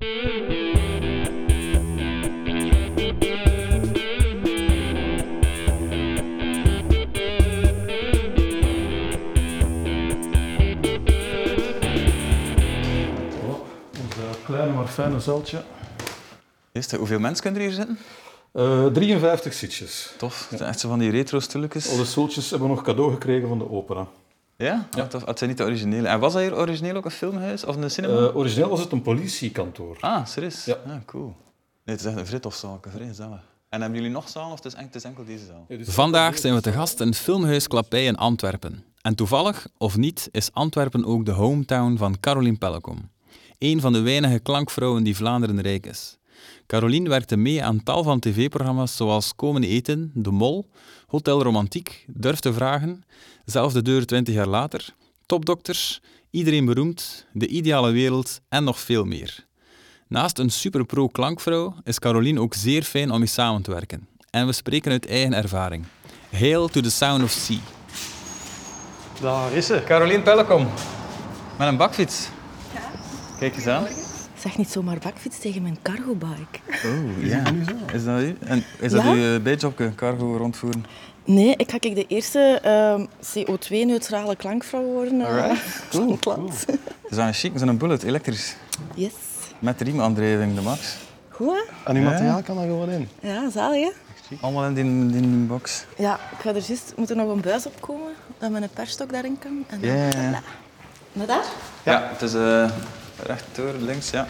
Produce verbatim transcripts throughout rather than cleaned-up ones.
Kleine maar fijne zaaltje. Is het, hoeveel mensen kunnen er hier zitten? Uh, drieënvijftig zitjes. Tof, het zijn echt zo van die retro-stoeltjes. Alle stoeltjes hebben we nog cadeau gekregen van de opera. Ja? Ja. Tof. Het zijn niet de originele. En was dat hier origineel ook een filmhuis of een cinema? Uh, origineel was het een politiekantoor. Ah, serieus? Ja. Ah, cool. Nee, het is echt een Vrithof-zaal, vrij gezellig. En hebben jullie nog zalen of het is enkel, het is enkel deze zaal? Ja, dus vandaag zijn we te gast in Filmhuis Klappij in Antwerpen. En toevallig, of niet, is Antwerpen ook de hometown van Caroline Pellekom. Een van de weinige klankvrouwen die Vlaanderen rijk is. Caroline werkte mee aan tal van tv-programma's zoals Komen Eten, De Mol, Hotel Romantiek, Durf te Vragen, Zelf de Deur twintig jaar later, Topdokters, Iedereen Beroemd, De Ideale Wereld en nog veel meer. Naast een superpro klankvrouw is Caroline ook zeer fijn om mee samen te werken. En we spreken uit eigen ervaring. Hail to the sound of sea. Daar is ze, Caroline Pellekom. Met een bakfiets. Ja. Kijk eens aan. Zeg niet zomaar bakfiets tegen mijn cargobike. Oh, ja. Is dat u? En is dat Ja? uw bijjobje, cargo rondvoeren? Nee, ik ga ik de eerste uh, C O twee neutrale klankvrouw worden uh, Alright. van het land. Cool. We zijn een chic, we zijn een bullet, elektrisch. Yes. Met riemaandrijving, de max. Goed, hè? En uw materiaal kan er gewoon in. Ja, zalig, hè? Allemaal in die, die box. Ja, ik ga er juist... Moet er nog een buis opkomen, dat mijn persstok daarin kan. En dan... Ja, ja, ja. Naar daar? Ja, het is uh, rechtdoor, links, ja.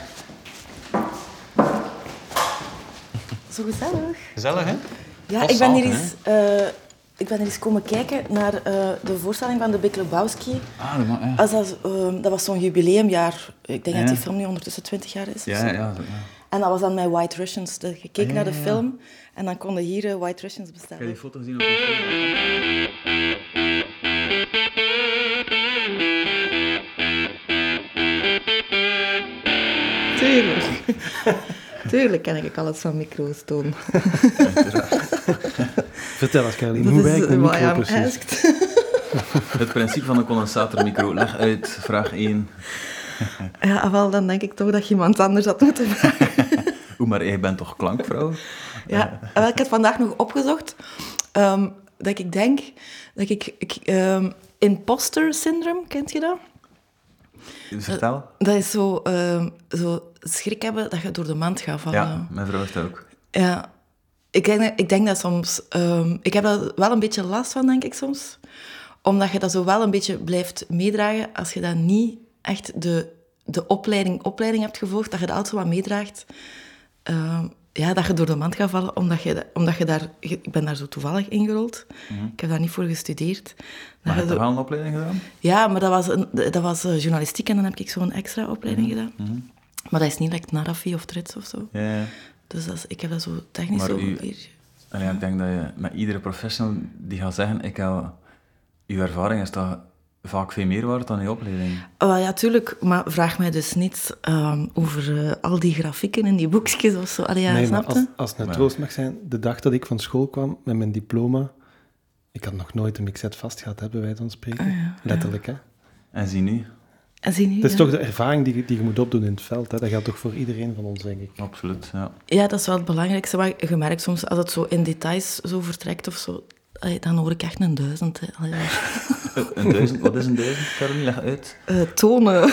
Zo gezellig. Gezellig, hè? Ja, Of ik ben, hier zaken, eens, uh, ik ben hier eens komen kijken naar uh, de voorstelling van de Big Lebowski. Ah, dat, mag, ja. Als dat, uh, dat was zo'n jubileumjaar. Ik denk Ja. dat die film nu ondertussen twintig jaar is. of Ja, zo. ja, ja. En dat was dan met White Russians. Dus je keek Ah, ja, naar de ja, ja. film en dan konden hier uh, White Russians Heb je bestellen. die foto gezien op je Tuurlijk. Tuurlijk ken ik alles van micro's doen. Vertel eens, Caroline, hoe werkt een micro precies? Asked. Het principe van een condensatormicro. Leg uit, vraag één. Ja, wel, dan denk ik toch dat je iemand anders had moeten vragen. Oeh, maar jij bent toch klankvrouw? Ja, wel, ik had vandaag nog opgezocht um, dat ik denk dat ik... ik um, imposter syndrome, kent je dat? Vertel. Dat is zo, um, zo schrik hebben dat je door de mand gaat vallen. Ja, mijn vrouw heeft dat ook. Ja, ik denk, dat- ik denk dat soms... Um, ik heb daar wel een beetje last van, denk ik soms. Omdat je dat zo wel een beetje blijft meedragen als je dat niet echt de, de opleiding, opleiding hebt gevolgd, dat je dat altijd zo wat meedraagt. Um, ja, dat je door de mand gaat vallen, omdat je, omdat je daar... Ik ben daar zo toevallig ingerold. Mm-hmm. Ik heb daar niet voor gestudeerd. Maar Dat heb je je zo- wel een opleiding gedaan? Ja, maar dat was, een, dat was uh, journalistiek en dan heb ik zo'n extra opleiding gedaan. Mm-hmm. Maar dat is niet like Narafi of Trits of zo. Ja, ja. Dus dat is, ik heb dat zo technisch Maar zo u- hier. Allee, ik denk dat je met iedere professional die gaat zeggen, ik heb, uw ervaring is dat vaak veel meer waard dan je opleiding. Oh, ja, tuurlijk. Maar vraag mij dus niet um, over uh, al die grafieken en die boekjes of zo. Allee, ja, Nee, maar snap als, je? als het een Maar- troost mag zijn, de dag dat ik van school kwam met mijn diploma, ik had nog nooit een mixet vast gehad, hè, bij wijze van spreken. Ah, ja, Letterlijk, hè. En zie nu. En zie nu, Het is ja. toch de ervaring die, je- die je moet opdoen in het veld, hè. Dat geldt toch voor iedereen van ons, denk ik. Absoluut, ja. Ja, dat is wel het belangrijkste. Maar je merkt soms, als het zo in details zo vertrekt of zo, allee, dan hoor ik echt een duizend. Hè. Allee, ja. Een duizend, wat is een duizend, Caroline? Leg uit. Uh, tonen.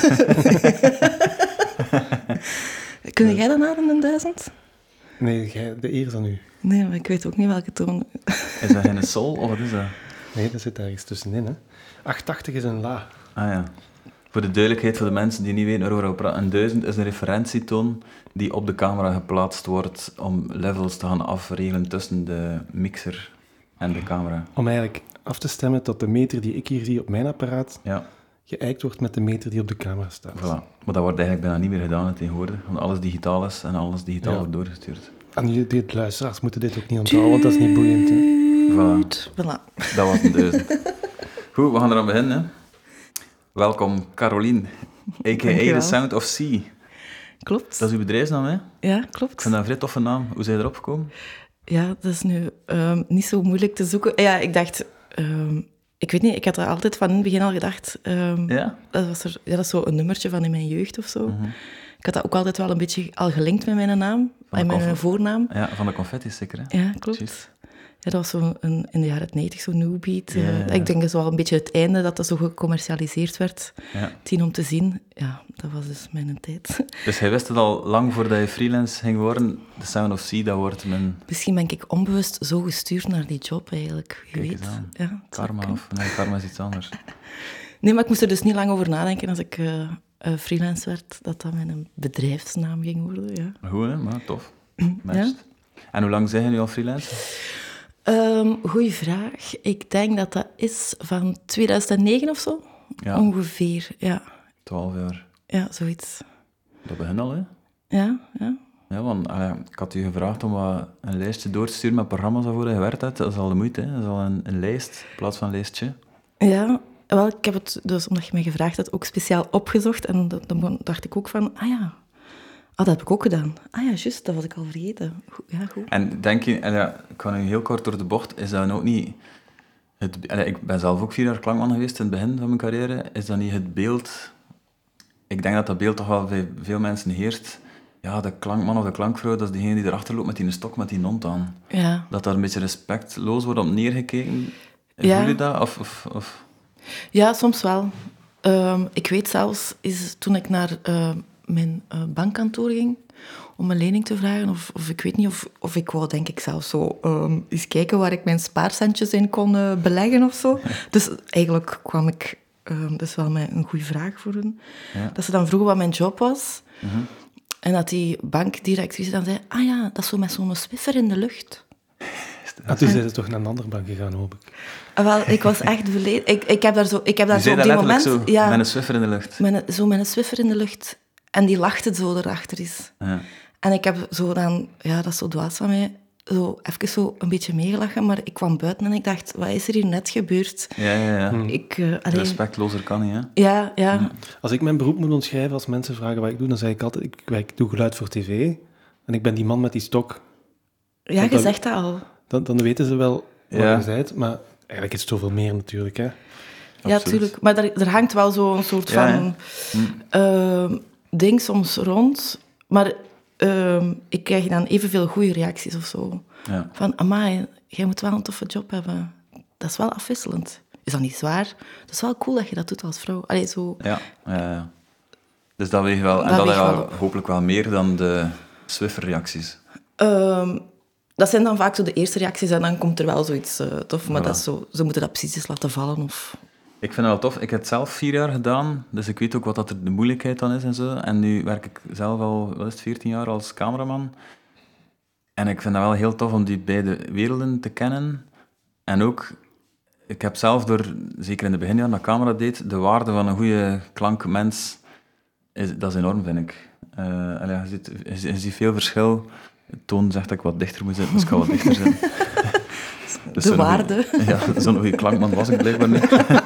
Kun jij dan aan een duizend? Nee, jij, de eer is aan u. Nee, maar ik weet ook niet welke toon. Is dat geen sol of wat is dat? Nee, dat zit daar iets tussenin, hè. achtentachtig is een la. Ah ja. Voor de duidelijkheid, voor de mensen die niet weten waarover we praten, een duizend is een referentietoon die op de camera geplaatst wordt om levels te gaan afregelen tussen de mixer en de camera. Om eigenlijk af te stemmen tot de meter die ik hier zie op mijn apparaat Ja, geëikt wordt met de meter die op de camera staat. voilà. Maar dat wordt eigenlijk bijna niet meer gedaan hè, tegenwoordig, want alles digitaal is en alles digitaal Ja. wordt doorgestuurd. En jullie, dit, luisteraars, moeten dit ook niet onthouden, want dat is niet boeiend, hè. Voilà, Voilà. dat was een duizend. Goed, we gaan eraan beginnen. Hè. Welkom, Caroline, a k a The Dankjewel. Sound of Sea. Klopt. Dat is uw bedrijfsnaam, hè? Ja, Ik klopt. vind dat een vrij toffe naam. Hoe zijn je erop gekomen? Ja, dat is nu um, niet zo moeilijk te zoeken. Ja, ik dacht... Um, ik weet niet, ik had er altijd van in het begin al gedacht... Um, Ja? dat, was er, ja, dat is zo een nummertje van in mijn jeugd of zo. Mm-hmm. Ik had dat ook altijd wel een beetje al gelinkt met mijn naam. Van En de mijn conf- voornaam. Ja, van de confetti zeker, hè? Ja, klopt. Juist. Ja, dat was zo een, in de jaren negentig zo'n new beat. Ja, ja, ja. Ik denk dat is wel een beetje het einde dat dat zo gecommercialiseerd werd. Ja. Tien om te zien. Ja, dat was dus mijn tijd. Dus jij wist het al lang voordat je freelance ging worden, The Sound of Sea, dat wordt mijn Misschien ben ik onbewust zo gestuurd naar die job eigenlijk. Wie Kijk eens weet. aan. Ja, het zou karma. kunnen. Of nee, karma is iets anders. Nee, maar ik moest er dus niet lang over nadenken als ik uh, uh, freelance werd, dat dat mijn bedrijfsnaam ging worden. Ja. Goed, hè? Maar tof. Ja. Matcht. En hoe lang zijn je nu al freelance? Um, goeie vraag. Ik denk dat dat is van tweeduizend negen of zo. Ja. Ongeveer, ja. Twaalf jaar. Ja, zoiets. Dat begint al, hè? Ja, ja. Ja, want allee, ik had u gevraagd om wat, een lijstje door te sturen met programma's waarvoor je gewerkt hebt. Dat is al de moeite, hè? Dat is al een, een lijst in plaats van een lijstje. Ja, wel, ik heb het dus, omdat je mij gevraagd had, ook speciaal opgezocht. En dan- dan dacht ik ook van, ah ja, ah, dat heb ik ook gedaan. Ah ja, juist, dat was ik al vergeten. Goed, ja, goed. En denk je, en ja, ik ga nu heel kort door de bocht, is dat ook niet... Het, allee, ik ben zelf ook vier jaar klankman geweest in het begin van mijn carrière. Is dat niet het beeld... Ik denk dat dat beeld toch wel bij veel mensen heerst. Ja, de klankman of de klankvrouw, dat is degene die erachter loopt met die stok, met die nont aan. Ja. Dat daar een beetje respectloos wordt op neergekeken. Ja. Voel je dat? Of, of, of... Ja, soms wel. Ehm, ik weet zelfs, is toen ik naar eh, mijn eh, bankkantoor ging om een lening te vragen, of, of ik weet niet, of, of ik wou denk ik zelfs zo ehm, eens kijken waar ik mijn spaarcentjes in kon eh, beleggen of zo. Dus eigenlijk kwam ik... ehm, dat is wel mijn, een goede vraag voor hen. Ja. Dat ze dan vroegen wat mijn job was. Mhm. En dat die bankdirectrice dan zei, ah ja, dat is zo met zo'n swiffer in de lucht. Ah, toen zijn ze toch naar een andere bank gegaan, hoop ik. Ah, wel, ik was echt verleden. Ik, ik heb daar zo, ik heb daar Je zo zei op dat die letterlijk moment... zo, ja, met een swiffer in de lucht. met een- zo met een swiffer in de lucht. En die lachte zo erachter is. Ja. En ik heb zo dan... Ja, dat is zo dwaas van mij. Zo even zo een beetje meegelachen. Maar ik kwam buiten en ik dacht, wat is er hier net gebeurd? Ja, ja, ja. Ik... eh, alleen, Respectlozer kan niet, hè? ja, ja. Als ik mijn beroep moet omschrijven, als mensen vragen wat ik doe, dan zeg ik altijd, ik, ik doe geluid voor tv. En ik ben die man met die stok. Ja, Want je dan- zegt dat al. Dan, dan weten ze wel wat Ja. je bent, maar eigenlijk is het zoveel meer natuurlijk. Hè. Ja, Absoluut. tuurlijk. Maar er, er hangt wel zo'n soort Ja, van Hm. eh, ding soms rond. Maar eh, ik krijg dan evenveel goede reacties of zo. Ja. Van, amai, jij moet wel een toffe job hebben. Dat is wel afwisselend. Is dat niet zwaar? Dat is wel cool dat je dat doet als vrouw. Allee, zo... Ja, ja, ja. Dus dat weet je wel. En Dat dat, weet is je wel, wel. hopelijk wel meer dan de Swiffer-reacties. Ehm, dat zijn dan vaak zo de eerste reacties en dan komt er wel zoiets eh, tof. Maar Voilà. dat is zo, ze moeten dat precies eens laten vallen. Of... Ik vind dat wel tof. Ik heb het zelf vier jaar gedaan, dus ik weet ook wat dat er de moeilijkheid dan is en zo. En nu werk ik zelf al, wat is het, veertien jaar als cameraman. En ik vind dat wel heel tof om die beide werelden te kennen. En ook, ik heb zelf door, zeker in de beginjaren dat camera deed, de waarde van een goede klankmens, is, dat is enorm, vind ik. Eh, allee, je, ziet, je, je ziet veel verschil. Toon zegt dat ik wat dichter moet zitten, dus ik ga wat dichter zitten. Dus De zo'n waarde. goeie- ja, zo'n goede klankman was ik blijkbaar niet.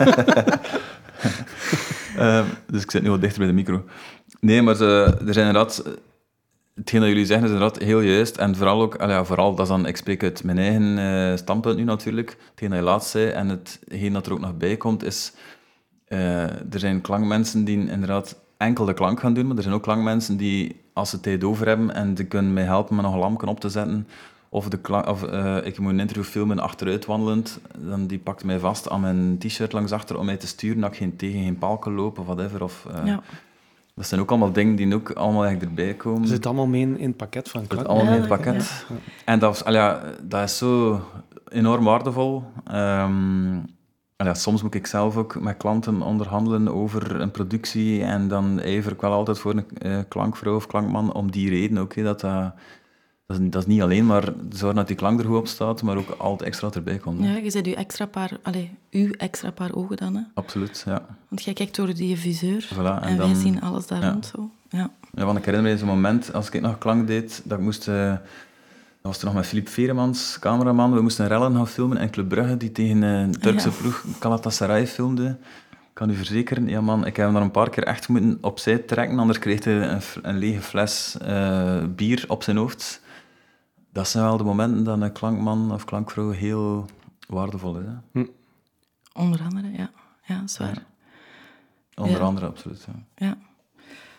Eh, dus ik zit nu wat dichter bij de micro. Nee, maar ze, er zijn inderdaad... Hetgeen dat jullie zeggen is inderdaad heel juist. En vooral ook... allee, ja, vooral, dat is dan... Ik spreek uit mijn eigen eh, standpunt nu natuurlijk. Hetgeen dat je laatst zei. En hetgeen dat er ook nog bij komt, is... eh, er zijn klankmensen die inderdaad enkel de klank gaan doen, maar er zijn ook klankmensen die, als ze tijd over hebben en ze kunnen mij helpen met nog een lampje op te zetten, of, de klank, of uh, ik moet een interview filmen achteruit wandelend, dan die pakt mij vast aan mijn t-shirt langs achter om mij te sturen dat ik geen, tegen geen palken loop of whatever. Of, uh, Ja. Dat zijn ook allemaal dingen die ook allemaal echt erbij komen. Het zit allemaal mee in, in het pakket van Het klank. allemaal Ja, in het dat- pakket. En dat is, al ja, dat is zo enorm waardevol. Um, al ja, soms moet ik zelf ook met klanten onderhandelen over een productie en dan ijver ik wel altijd voor een uh, klankvrouw of klankman om die reden ook. He, dat, dat, dat, is, dat is niet alleen maar zorgen dat die klank er goed op staat, maar ook altijd extra erbij komt. Hè. Ja, je zet je extra paar, allez, uw extra paar ogen dan, hè? Absoluut, ja. Want jij kijkt door die viseur Voilà, en en, dan- wij zien alles daar ja. rond zo. Ja. Ja, want ik herinner me zo'n moment, als ik nog klank deed, dat ik moest... Uh, dat was toen nog met Philippe Veremans, cameraman. We moesten rellen gaan filmen in Club Brugge, die tegen een Turkse Ja. ploeg Galatasaray filmde. Ik kan u verzekeren, ja man, ik heb hem daar een paar keer echt moeten opzij trekken, anders kreeg hij een, een lege fles uh, bier op zijn hoofd. Dat zijn wel de momenten dat een klankman of klankvrouw heel waardevol is. Hè? Onder andere, ja. Ja, zwaar. Onder Ja. andere, absoluut. Ja. Ja.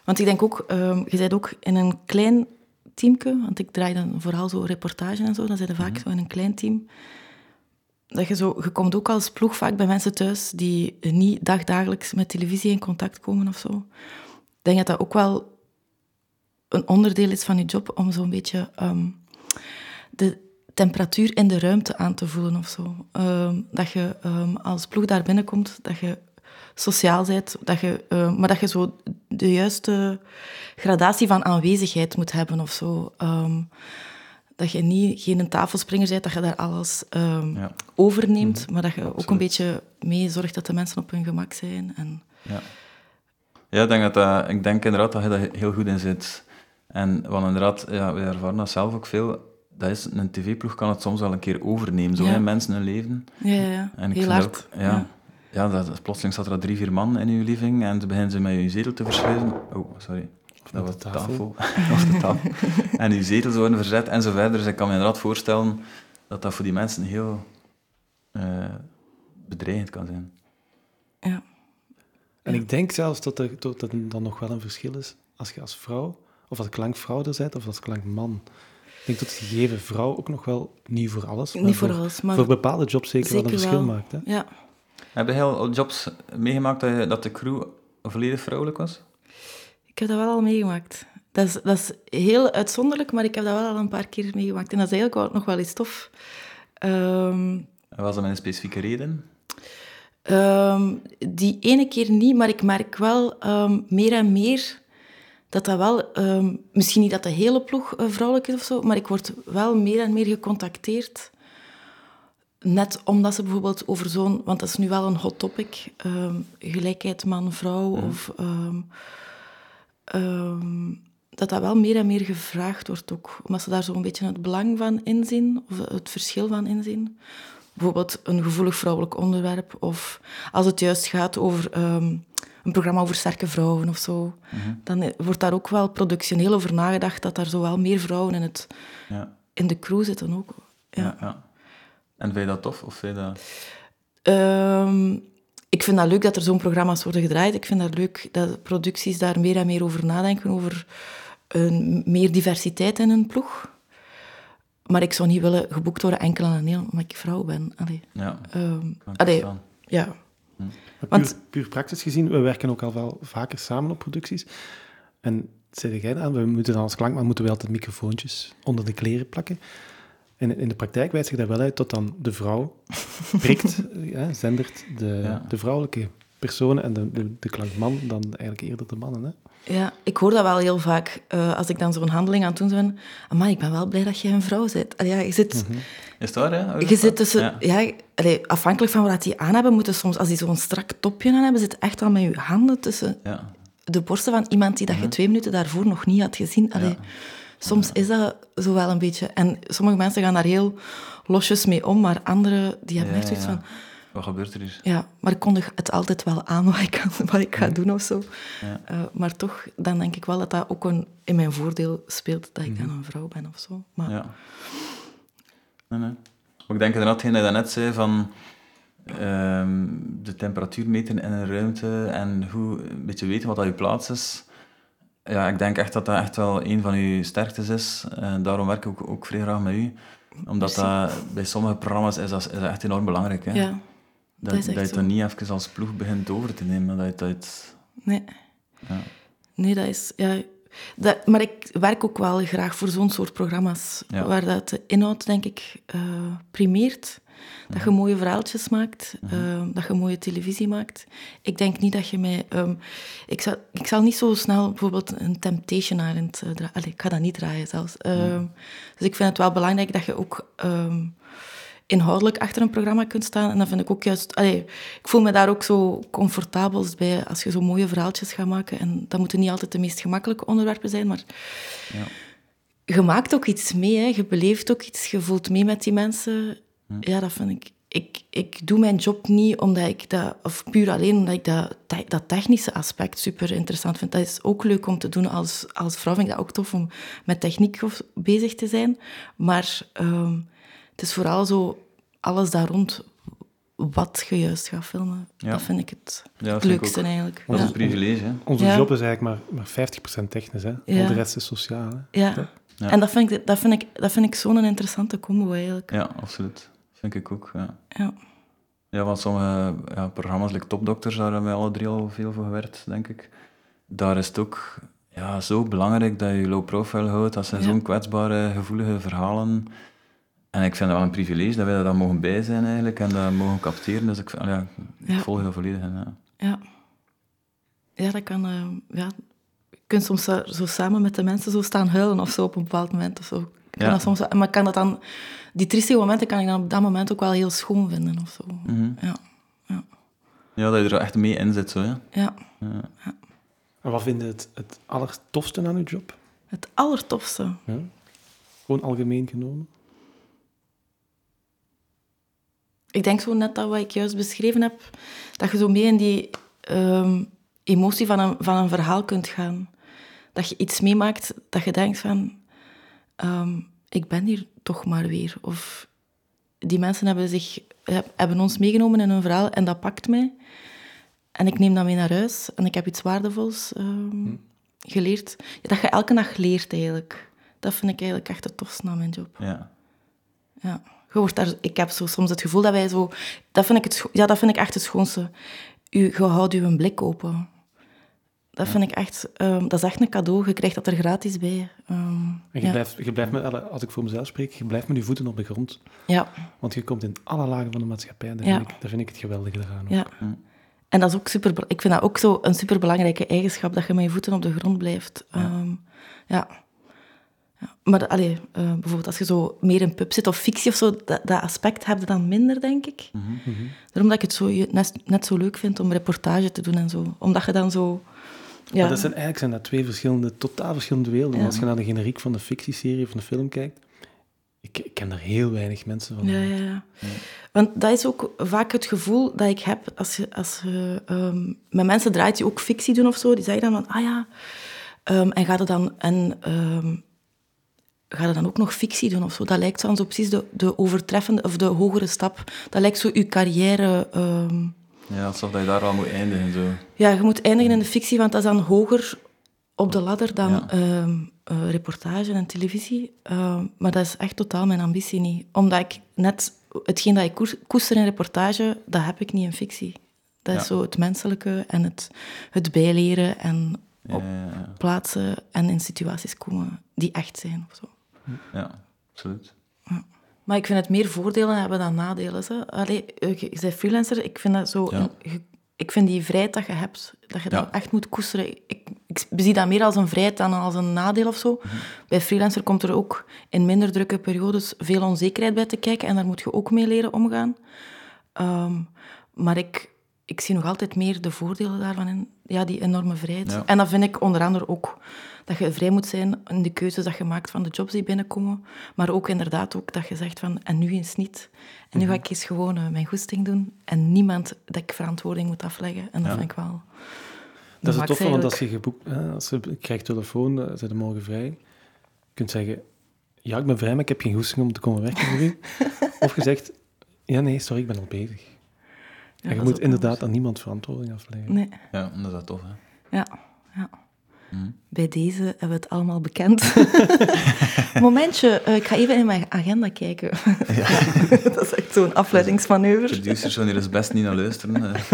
Want ik denk ook, um, je bent ook in een klein teamke, want ik draai dan vooral zo reportage en zo, dan zijn er vaak mm-hmm. zo in een klein team. Dat je, zo, je komt ook als ploeg vaak bij mensen thuis die niet dagdagelijks met televisie in contact komen of zo. Ik denk dat dat ook wel een onderdeel is van je job, om zo'n beetje um, de temperatuur in de ruimte aan te voelen of zo. Um, dat je um, als ploeg daar binnenkomt, dat je sociaal bent, dat je, uh, maar dat je zo de juiste gradatie van aanwezigheid moet hebben of zo. Um, dat je niet geen tafelspringer bent, dat je daar alles um, ja. overneemt, mm-hmm. maar dat je Absoluut. ook een beetje mee zorgt dat de mensen op hun gemak zijn. En... Ja, ja ik, denk dat dat, ik denk inderdaad dat je daar heel goed in zit. En want inderdaad, ja, we ervaren dat zelf ook veel. Dat is, een tv-ploeg kan het soms wel een keer overnemen, zo ja. in mensen hun leven. Ja, ja, ja. En ik heel vind hard. Ook, ja, ja. ja dat, dat, plotseling zat er al drie, vier man in je living en toen beginnen ze met je zetel te verschuiven. Oh, sorry. Of dat was de tafel. tafel. of de tafel. En je zetels worden verzet en zo verder. Dus ik kan me inderdaad voorstellen dat dat voor die mensen heel uh, bedreigend kan zijn. Ja. En ik denk zelfs dat er, dat er dan nog wel een verschil is als je als vrouw, of als klankvrouw er bent, of als klankman. Ik denk dat het gegeven vrouw ook nog wel, niet voor alles, maar niet voor, voor, alles, maar voor bepaalde jobs zeker, zeker wel een verschil wel. maakt. Hè? Ja. Heb je heel jobs meegemaakt dat, je, dat de crew volledig vrouwelijk was? Ik heb dat wel al meegemaakt. Dat is, dat is heel uitzonderlijk, maar ik heb dat wel al een paar keer meegemaakt. En dat is eigenlijk wel, nog wel eens tof. Um, en was dat met een specifieke reden? Um, die ene keer niet, maar ik merk wel um, meer en meer dat dat wel... Um, misschien niet dat de hele ploeg uh, vrouwelijk is of zo, maar ik word wel meer en meer gecontacteerd. Net omdat ze bijvoorbeeld over zo'n... Want dat is nu wel een hot topic. Um, gelijkheid man-vrouw mm. of... Um, um, dat dat wel meer en meer gevraagd wordt ook. Omdat ze daar zo'n beetje het belang van inzien, of het verschil van inzien. Bijvoorbeeld een gevoelig vrouwelijk onderwerp, of als het juist gaat over um, een programma over sterke vrouwen of zo, mm-hmm. dan wordt daar ook wel productioneel over nagedacht dat daar zo wel meer vrouwen in, het, ja. in de crew zitten ook. Ja. Ja, ja. En vind je dat tof? Of vind je dat... Um, ik vind dat leuk dat er zo'n programma's worden gedraaid. Ik vind dat leuk dat producties daar meer en meer over nadenken, over een, meer diversiteit in een ploeg. Maar ik zou niet willen geboekt worden enkel en alleen omdat ik vrouw ben. Allee. Ja, um, allee, ja. Hm. Want, puur, puur praktisch gezien, we werken ook al wel vaker samen op producties. En zeg jij dan, we moeten dan als klankman moeten we altijd microfoontjes onder de kleren plakken. En in de praktijk wijst zich dat wel uit tot dan de vrouw prikt, ja, zendert de, ja. de vrouwelijke personen en de, de, de klankman dan eigenlijk eerder de mannen. Hè? Ja, ik hoor dat wel heel vaak. Uh, als ik dan zo'n handeling aan het doen ben, amai, ik ben wel blij dat jij een vrouw bent. Allee, ja, je zit... Mm-hmm. Is het waar, hè? Je zit tussen... Ja. Ja, allee, afhankelijk van wat die aan hebben, moeten soms, als die zo'n strak topje aan hebben, zit echt al met je handen tussen ja. de borsten van iemand die dat mm-hmm. je twee minuten daarvoor nog niet had gezien. Allee, ja. Soms is dat zo wel een beetje... En sommige mensen gaan daar heel losjes mee om, maar anderen die hebben ja, echt zoiets ja. van... Wat gebeurt er hier? Ja, maar ik kondig het altijd wel aan wat ik, wat ik ga doen of zo. Ja. Uh, maar toch, dan denk ik wel dat dat ook een, in mijn voordeel speelt, dat ik dan een vrouw ben of zo. Maar... Ja. Nee, nee. Maar ik denk inderdaad, hetgeen dat je net zei, van um, de temperatuur meten in een ruimte en hoe een beetje weten wat dat je plaats is. Ja, ik denk echt dat dat echt wel een van je sterktes is. En daarom werk ik ook, ook vrij graag met u. Omdat dat, bij sommige programma's is dat, is dat echt enorm belangrijk. Hè? Ja, dat, dat, dat je het dan niet even als ploeg begint over te nemen. Dat je, dat je het... Nee. Ja. Nee, dat is... Ja, dat, maar ik werk ook wel graag voor zo'n soort programma's. Ja. Waar dat de inhoud, denk ik, uh, primeert. Dat je mooie verhaaltjes maakt, uh, dat je mooie televisie maakt. Ik denk niet dat je mij... Um, ik, zal, ik zal niet zo snel bijvoorbeeld een Temptation Island uh, draaien. Allee, ik ga dat niet draaien zelfs. Um, ja. Dus ik vind het wel belangrijk dat je ook um, inhoudelijk achter een programma kunt staan. En dat vind ik ook juist... Allee, ik voel me daar ook zo comfortabel bij als je zo mooie verhaaltjes gaat maken. En dat moeten niet altijd de meest gemakkelijke onderwerpen zijn, maar... Ja. Je maakt ook iets mee, hè. Je beleeft ook iets, je voelt mee met die mensen... Ja, dat vind ik... ik... Ik doe mijn job niet omdat ik dat... Of puur alleen omdat ik dat, dat technische aspect super interessant vind. Dat is ook leuk om te doen als, als vrouw. Vind ik dat ook tof om met techniek bezig te zijn. Maar um, het is vooral zo... Alles daar rond wat je juist gaat filmen. Ja. Dat vind ik het, Ja, dat het vind ik leukste ook. eigenlijk. Dat is Ja. een privilege, hè. Onze Ja. job is eigenlijk maar, maar vijftig procent technisch, hè. Ja. Al de rest is sociaal, hè. Ja. Toch? Ja. En dat vind ik, dat vind ik, dat vind ik zo'n interessante combo eigenlijk. Ja, absoluut. Vind ik ook, ja. Ja. Ja, want sommige ja, programma's, like Top Doctors, daar hebben wij alle drie al veel voor gewerkt, denk ik. Daar is het ook ja, zo belangrijk dat je low profile houdt. Dat zijn Ja. zo'n kwetsbare, gevoelige verhalen. En ik vind het wel een privilege dat wij daar mogen bij zijn eigenlijk en dat mogen capteren. Dus ik, vind- ja, ik Ja. volg dat volledig. En, ja. Ja. Ja, dat kan... eh, ja. Je kunt soms zo zo samen met de mensen zo staan huilen of zo op een bepaald moment. Of zo. Ik kan Ja. dat soms, maar kan dat dan... Die triestige momenten kan ik dan op dat moment ook wel heel schoon vinden of zo. Mhm. Ja. Ja, dat je er echt mee in zit. Zo, hè. Ja. Ja. En wat vind je het, het allertofste aan uw job? Het allertofste. Ja? Gewoon algemeen genomen. Ik denk zo net dat wat ik juist beschreven heb, dat je zo mee in die ehm, emotie van een, van een verhaal kunt gaan. Dat je iets meemaakt, dat je denkt van... ehm, ik ben hier toch maar weer. Of die mensen hebben, zich, heb- hebben ons meegenomen in hun verhaal en dat pakt mij. En ik neem dat mee naar huis en ik heb iets waardevols ehm, geleerd. Ja, dat je elke dag leert eigenlijk. Dat vind ik eigenlijk echt het tofste aan mijn job. Ja. Ja. Je wordt daar, ik heb zo soms het gevoel dat wij zo... Dat vind ik, het, scho- ja, dat vind ik echt het schoonste. U, je houdt je een blik open. Dat vind ik echt... ehm, dat is echt een cadeau. Je krijgt dat er gratis bij. Ehm, En je, ja. blijft, je blijft met, als ik voor mezelf spreek, je blijft met je voeten op de grond. Ja, Want je komt in alle lagen van de maatschappij. Daar, Ja. vind, ik, daar vind ik het geweldige eraan. ja. En dat is ook super... Ik vind dat ook zo een superbelangrijke eigenschap, dat je met je voeten op de grond blijft. Ehm, ja. Ja. Maar allee, eh, bijvoorbeeld als je zo meer in pub zit of fictie of zo, dat, dat aspect heb je dan minder, denk ik. Daarom dat ik het zo, net, net zo leuk vind om reportage te doen en zo. Omdat je dan zo... Ja, Maar dat zijn, eigenlijk zijn dat twee verschillende, totaal verschillende werelden. Ja. Als je naar de generiek van de fictieserie of een film kijkt, ik, ik ken daar heel weinig mensen van. ja, ja, ja. Want dat is ook vaak het gevoel dat ik heb als je, als je ehm, met mensen draait die ook fictie doen of zo. Die zeggen dan van, ah ja, ehm, en gaat het dan... En, ehm, ga je dan ook nog fictie doen of zo? Dat lijkt dan zo precies de, de overtreffende of de hogere stap. Dat lijkt zo je carrière... ehm, Ja, alsof dat je daar al moet eindigen. Zo. Ja, je moet eindigen in de fictie, want dat is dan hoger op de ladder dan Ja. ehm, eh, reportage en televisie. Ehm, maar dat is echt totaal mijn ambitie niet. Omdat ik net... Hetgeen dat ik koers- koester in reportage, dat heb ik niet in fictie. Dat is Ja. zo het menselijke en het, het bijleren en Ja, op ja, ja. plaatsen en in situaties komen die echt zijn. Of zo. Ja, absoluut. Maar ik vind het meer voordelen hebben dan nadelen. Hè. Allee, je je bent freelancer, ik vind dat zo... Ja. een- je- ik vind die vrijheid dat je hebt, dat je Ja. dat echt moet koesteren. Ik, ik zie dat meer als een vrijheid dan als een nadeel of zo. Bij freelancer komt er ook in minder drukke periodes veel onzekerheid bij te kijken en daar moet je ook mee leren omgaan. Ehm, maar ik, ik zie nog altijd meer de voordelen daarvan in. Ja, die enorme vrijheid. Ja. En dat vind ik onder andere ook dat je vrij moet zijn in de keuzes dat je maakt van de jobs die binnenkomen. Maar ook inderdaad ook dat je zegt van, en nu eens niet. En nu ga ik eens gewoon eh, mijn goesting doen. En niemand dat ik verantwoording moet afleggen. En dat Ja. vind ik wel... Dat is het max toffe, want als eigenlijk. je, geboekt, hè, als je krijgt telefoon, uh, zijn morgen vrij. Je kunt zeggen, ja, ik ben vrij, maar ik heb geen goesting om te komen werken voor u. Of je zegt, ja, nee, sorry, ik ben al bezig. Ja, en je dat is moet ook inderdaad anders. aan niemand verantwoording afleggen. Nee, Ja, dat is wel tof, hè. ja. ja. Mhm. Bij deze hebben we het allemaal bekend. Momentje, eh, ik ga even in mijn agenda kijken. Dat is echt zo'n afleidingsmanoeuvre. Producers zullen hier dus best niet naar luisteren. eh.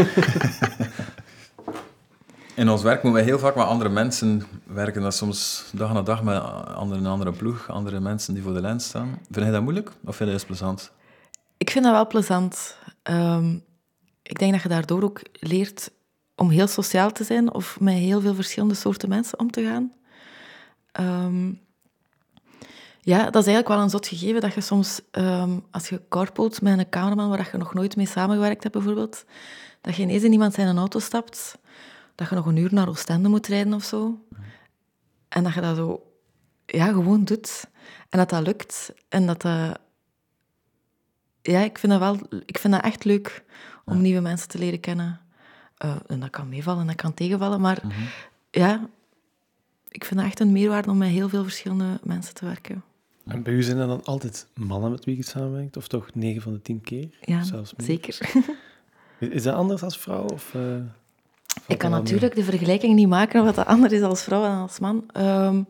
In ons werk moeten we heel vaak met andere mensen werken. Dat is soms dag na dag met andere, een andere ploeg, andere mensen die voor de lens staan. Vind je dat moeilijk of vind je dat juist plezant? Ik vind dat wel plezant. Ehm, ik denk dat je daardoor ook leert om heel sociaal te zijn of met heel veel verschillende soorten mensen om te gaan. Ehm, ja, dat is eigenlijk wel een zot gegeven dat je soms, ehm, als je carpoolt met een cameraman waar je nog nooit mee samengewerkt hebt bijvoorbeeld, dat je ineens in iemand zijn auto stapt, dat je nog een uur naar Oostende moet rijden of zo. En dat je dat zo ja, gewoon doet. En dat dat lukt. En dat dat... Ja, ik vind dat wel... Ik vind dat echt leuk om Ja. nieuwe mensen te leren kennen. Uh, en dat kan meevallen en dat kan tegenvallen, maar ja, ik vind dat echt een meerwaarde om met heel veel verschillende mensen te werken. En bij u zijn er dan altijd mannen met wie je samenwerkt? Of toch negen van de tien keer? Ja, Zelfs meer? zeker. Is dat anders als vrouw? Of, uh, Ik kan natuurlijk mee? de vergelijking niet maken of dat anders is als vrouw en als man. Um,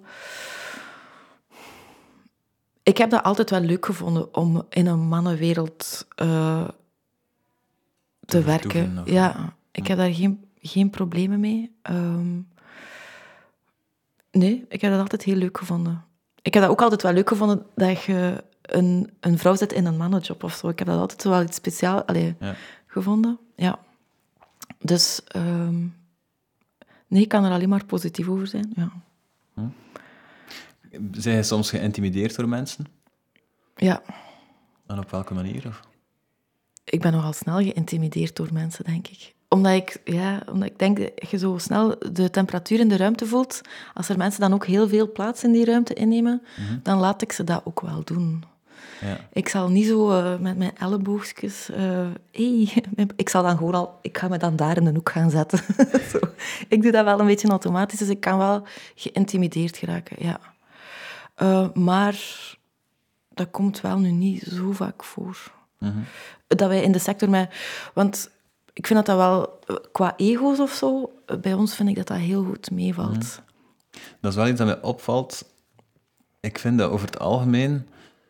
ik heb dat altijd wel leuk gevonden om in een mannenwereld uh, te, te werken. Of... Ja, ik heb daar geen, geen problemen mee. Um, nee, ik heb dat altijd heel leuk gevonden. Ik heb dat ook altijd wel leuk gevonden dat je een, een vrouw zet in een mannenjob of zo. Ik heb dat altijd wel iets speciaals allee, ja. gevonden. Ja. Dus um, nee, ik kan er alleen maar positief over zijn. Ja. Hm. Zijn je soms geïntimideerd door mensen? Ja. En op welke manier? Of? Ik ben nogal snel geïntimideerd door mensen, denk ik. Omdat ik, ja, omdat ik denk dat je zo snel de temperatuur in de ruimte voelt. Als er mensen dan ook heel veel plaats in die ruimte innemen, mm-hmm. dan laat ik ze dat ook wel doen. Ja. Ik zal niet zo uh, met mijn elleboogjes... Uh, hey, ik zal dan gewoon al... Ik ga me dan daar in de hoek gaan zetten. Zo. Ik doe dat wel een beetje automatisch, dus ik kan wel geïntimideerd geraken, ja. Uh, maar dat komt wel nu niet zo vaak voor. Mm-hmm. Dat wij in de sector met... Want ik vind dat dat wel... Qua ego's of zo, bij ons vind ik dat dat heel goed meevalt. Mm-hmm. Dat is wel iets dat mij opvalt. Ik vind dat over het algemeen...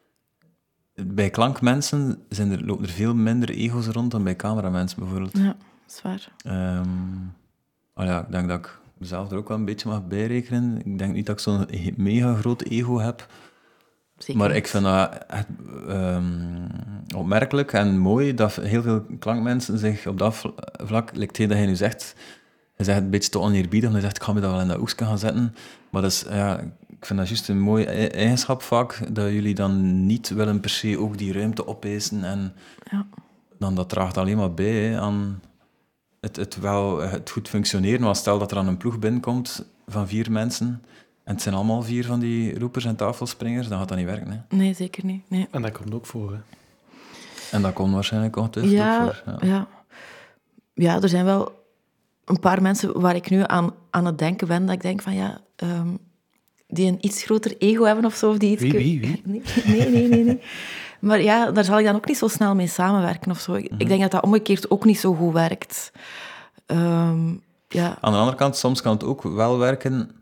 Bij klankmensen zijn er, lopen er veel minder ego's rond dan bij cameramensen, bijvoorbeeld. Ja, dat is waar. Um, oh ja, ik denk dat ik mezelf er ook wel een beetje mag bijrekenen. Ik denk niet dat ik zo'n mega groot ego heb. Zeker maar niet. Ik vind dat echt, um, opmerkelijk en mooi dat heel veel klankmensen zich op dat vlak, lijkt het dat hij nu zegt, hij zegt een beetje te oneerbiedig, hij zegt, ik ga me dat wel in dat hoekje gaan zetten. Maar dat is, ja, ik vind dat juist een mooie eigenschap vaak, dat jullie dan niet willen per se ook die ruimte opeisen. En ja. dan dat draagt alleen maar bij hè, aan het, het, wel, het goed functioneren. Maar stel dat er aan een ploeg binnenkomt van vier mensen, en het zijn allemaal vier van die roepers en tafelspringers, dan gaat dat niet werken. Hè. Nee, zeker niet. Nee. En dat komt ook voor, hè? En dat komt waarschijnlijk ook terug ja, voor. Ja. Ja. ja, er zijn wel een paar mensen waar ik nu aan, aan het denken ben, dat ik denk van ja... Um, die een iets groter ego hebben of zo. Of die iets wie, wie, wie? Nee, nee, nee, nee, nee. Maar ja, daar zal ik dan ook niet zo snel mee samenwerken of zo. Ik, mm-hmm. ik denk dat dat omgekeerd ook niet zo goed werkt. Um, ja. Aan de andere kant, soms kan het ook wel werken...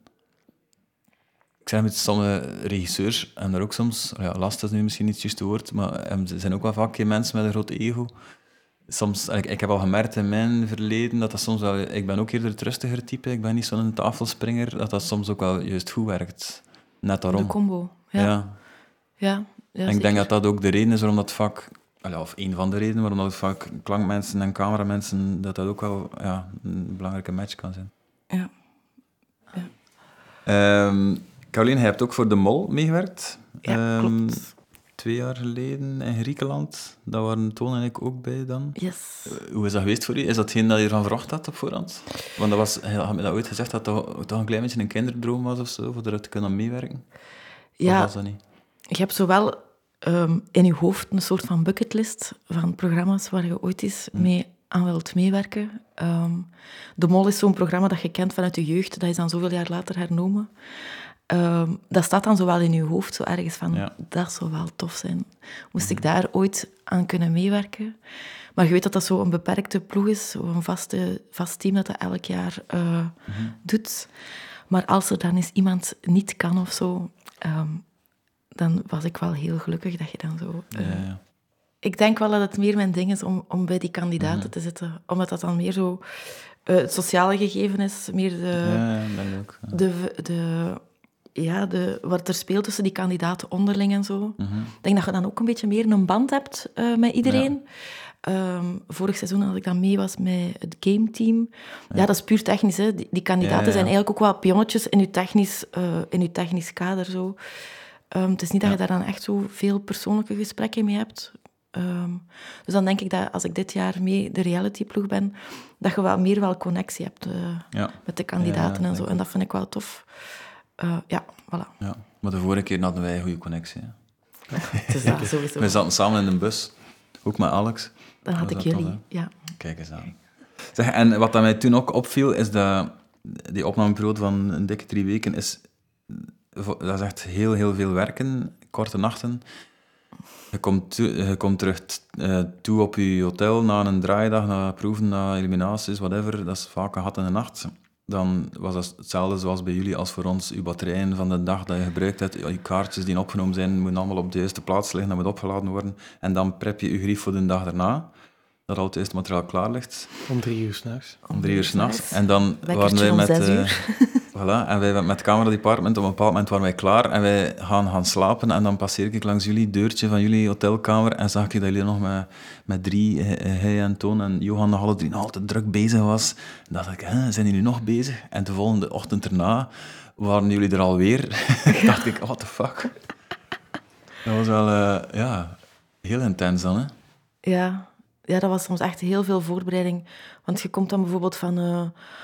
Ik zeg met sommige regisseurs, en daar ook soms... Ja, last is nu misschien niet het juiste woord, maar er zijn ook wel vaak geen mensen met een groot ego. Soms, ik, ik heb al gemerkt in mijn verleden dat dat soms wel... Ik ben ook eerder het rustiger type, ik ben niet zo'n tafelspringer, dat dat soms ook wel juist goed werkt. Net daarom. De combo, ja. Ja. ja, ja en ik denk dat dat ook de reden is waarom dat vaak... Of een van de redenen waarom dat vaak klankmensen en cameramensen, dat dat ook wel ja, een belangrijke match kan zijn. Ja. ja. Um, Caroline, jij hebt ook voor De Mol meegewerkt. Ja, um, klopt. Twee jaar geleden in Griekenland. Daar waren Toon en ik ook bij dan. Yes. Uh, hoe is dat geweest voor u? Is dat hetgeen dat je ervan verwacht had op voorhand? Want dat was, had me dat ooit gezegd dat dat toch een klein beetje een kinderdroom was of zo, voor eruit te kunnen meewerken? Ja, of was dat niet? Je hebt zowel um, in je hoofd een soort van bucketlist van programma's waar je ooit eens hmm. mee aan wilt meewerken. Um, De Mol is zo'n programma dat je kent vanuit je jeugd, dat is dan zoveel jaar later hernomen. Um, dat staat dan zo wel in je hoofd, zo ergens van, ja. dat zou wel tof zijn. Moest mm-hmm. ik daar ooit aan kunnen meewerken? Maar je weet dat dat zo een beperkte ploeg is, een vaste, vast team dat dat elk jaar uh, mm-hmm. doet. Maar als er dan eens iemand niet kan of zo, um, dan was ik wel heel gelukkig dat je dan zo... Uh, ja, ja. Ik denk wel dat het meer mijn ding is om, om bij die kandidaten mm-hmm. te zitten, omdat dat dan meer zo uh, het sociale gegeven is, meer de... Ja, dat ook. Ja. de, de Ja, de, wat er speelt tussen die kandidaten onderling en zo. Mm-hmm. Ik denk dat je dan ook een beetje meer een band hebt uh, met iedereen. Ja. Um, vorig seizoen, als ik dan mee was met het gameteam... Ja, ja dat is puur technisch. Hè. Die, die kandidaten ja, ja. zijn eigenlijk ook wel pionnetjes in je technisch, uh, in je technisch kader. Zo. Um, het is niet dat ja. je daar dan echt zo veel persoonlijke gesprekken mee hebt. Um, dus dan denk ik dat als ik dit jaar mee de realityploeg ben, dat je wel meer wel connectie hebt uh, ja. met de kandidaten ja, en zo. En dat vind ik wel tof. Uh, ja, voilà. Ja, maar de vorige keer hadden wij een goede connectie. Ja, het is dat, sowieso. We zaten samen in de bus, ook met Alex. Dan had ik jullie, dan, ja. Kijk eens aan. Zeg, en wat dat mij toen ook opviel, is dat die opnameperiode van een dikke drie weken is vo- dat is echt heel, heel veel werken, korte nachten. Je komt, toe- je komt terug uh, toe op je hotel na een draaidag, na proeven, na eliminaties, whatever. Dat is vaak een gat in de nacht. Dan was dat hetzelfde zoals bij jullie als voor ons. Je batterijen van de dag dat je gebruikt hebt, je kaartjes die opgenomen zijn, moeten allemaal op de juiste plaats liggen, dat moet opgeladen worden. En dan prep je je grief voor de dag daarna, dat al het eerste materiaal klaar ligt. Om drie uur s'nachts. Om drie uur s'nachts. En dan waren Wekkertje wij om met... zes eh, uur. Voilà, en wij met het camera department, op een bepaald moment waren wij klaar en wij gaan gaan slapen en dan passeer ik langs jullie deurtje van jullie hotelkamer en zag ik dat jullie nog met, met drie, hij en Toon en Johan nog alle drie nog altijd druk bezig was. En dacht ik, hè, zijn jullie nog bezig? En de volgende ochtend erna waren jullie er alweer. dacht ik, what the fuck? Dat was wel, uh, ja, heel intens dan, hè? Ja. ja, dat was soms echt heel veel voorbereiding. Want je komt dan bijvoorbeeld van... Uh,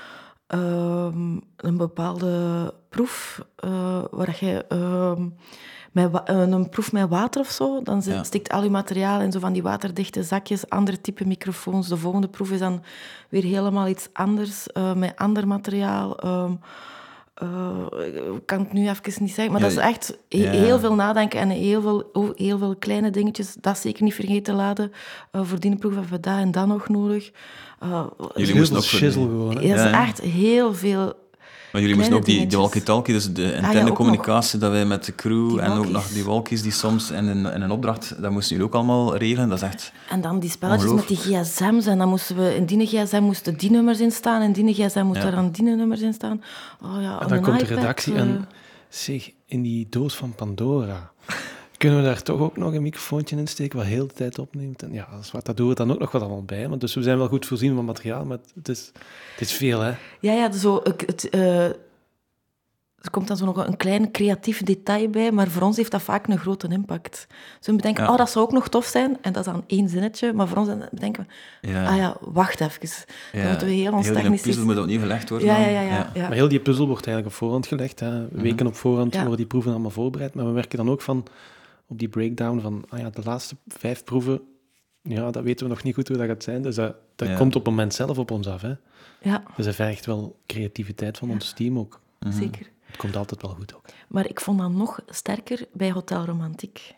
Um, een bepaalde proef, uh, waar je um, met wa- een proef met water of zo, dan zit, ja. stikt al je materiaal in zo van die waterdichte zakjes, andere type microfoons. De volgende proef is dan weer helemaal iets anders, uh, met ander materiaal. Um, uh, ik kan het nu even niet zeggen, maar ja, dat is echt he- ja. heel veel nadenken en heel veel, oh, heel veel kleine dingetjes. Dat zeker niet vergeten te laten. Uh, voor die proef hebben we dat en dat nog nodig. Uh, jullie moesten ook shizzle gewoon. Dat is ja, echt heel veel. Maar jullie moesten ook die, die walkie-talkie, dus de interne ah, ja, communicatie, dat wij met de crew en ook nog die walkies die soms in een, in een opdracht, dat moesten jullie ook allemaal regelen. Dat is echt en dan die spelletjes met die gsm's en dan moesten we, in die gsm moesten die nummers in staan en in die gsm moesten ja. er dan die nummers in staan. Oh ja, en dan komt iPad, de redactie uh... en zeg, in die doos van Pandora... Kunnen we daar toch ook nog een microfoontje in steken wat heel de tijd opneemt? En ja, dat doen we dan ook nog wat allemaal bij. Maar dus we zijn wel goed voorzien van materiaal, maar het is, het is veel, hè? Ja, ja, zo, het, uh, er komt dan zo nog een klein creatief detail bij, maar voor ons heeft dat vaak een grote impact. Dus we bedenken, ja. oh, dat zou ook nog tof zijn. En dat is dan één zinnetje, maar voor ons bedenken we, ja. ah ja, wacht even. Dan ja. moeten we heel ons heel technisch... die puzzel moet opnieuw gelegd worden. Ja, ja, ja, ja, ja. ja. Maar heel die puzzel wordt eigenlijk op voorhand gelegd. Hè. Weken mm-hmm. op voorhand ja. worden die proeven allemaal voorbereid. Maar we merken dan ook van... op die breakdown van ah ja, de laatste vijf proeven, ja, dat weten we nog niet goed hoe dat gaat zijn. Dus dat, dat ja. komt op het moment zelf op ons af. Hè. Ja. Dus dat vergt wel creativiteit van ja. ons team ook. Mm-hmm. Zeker. Het komt altijd wel goed ook. Maar ik vond dat nog sterker bij Hotel Romantiek.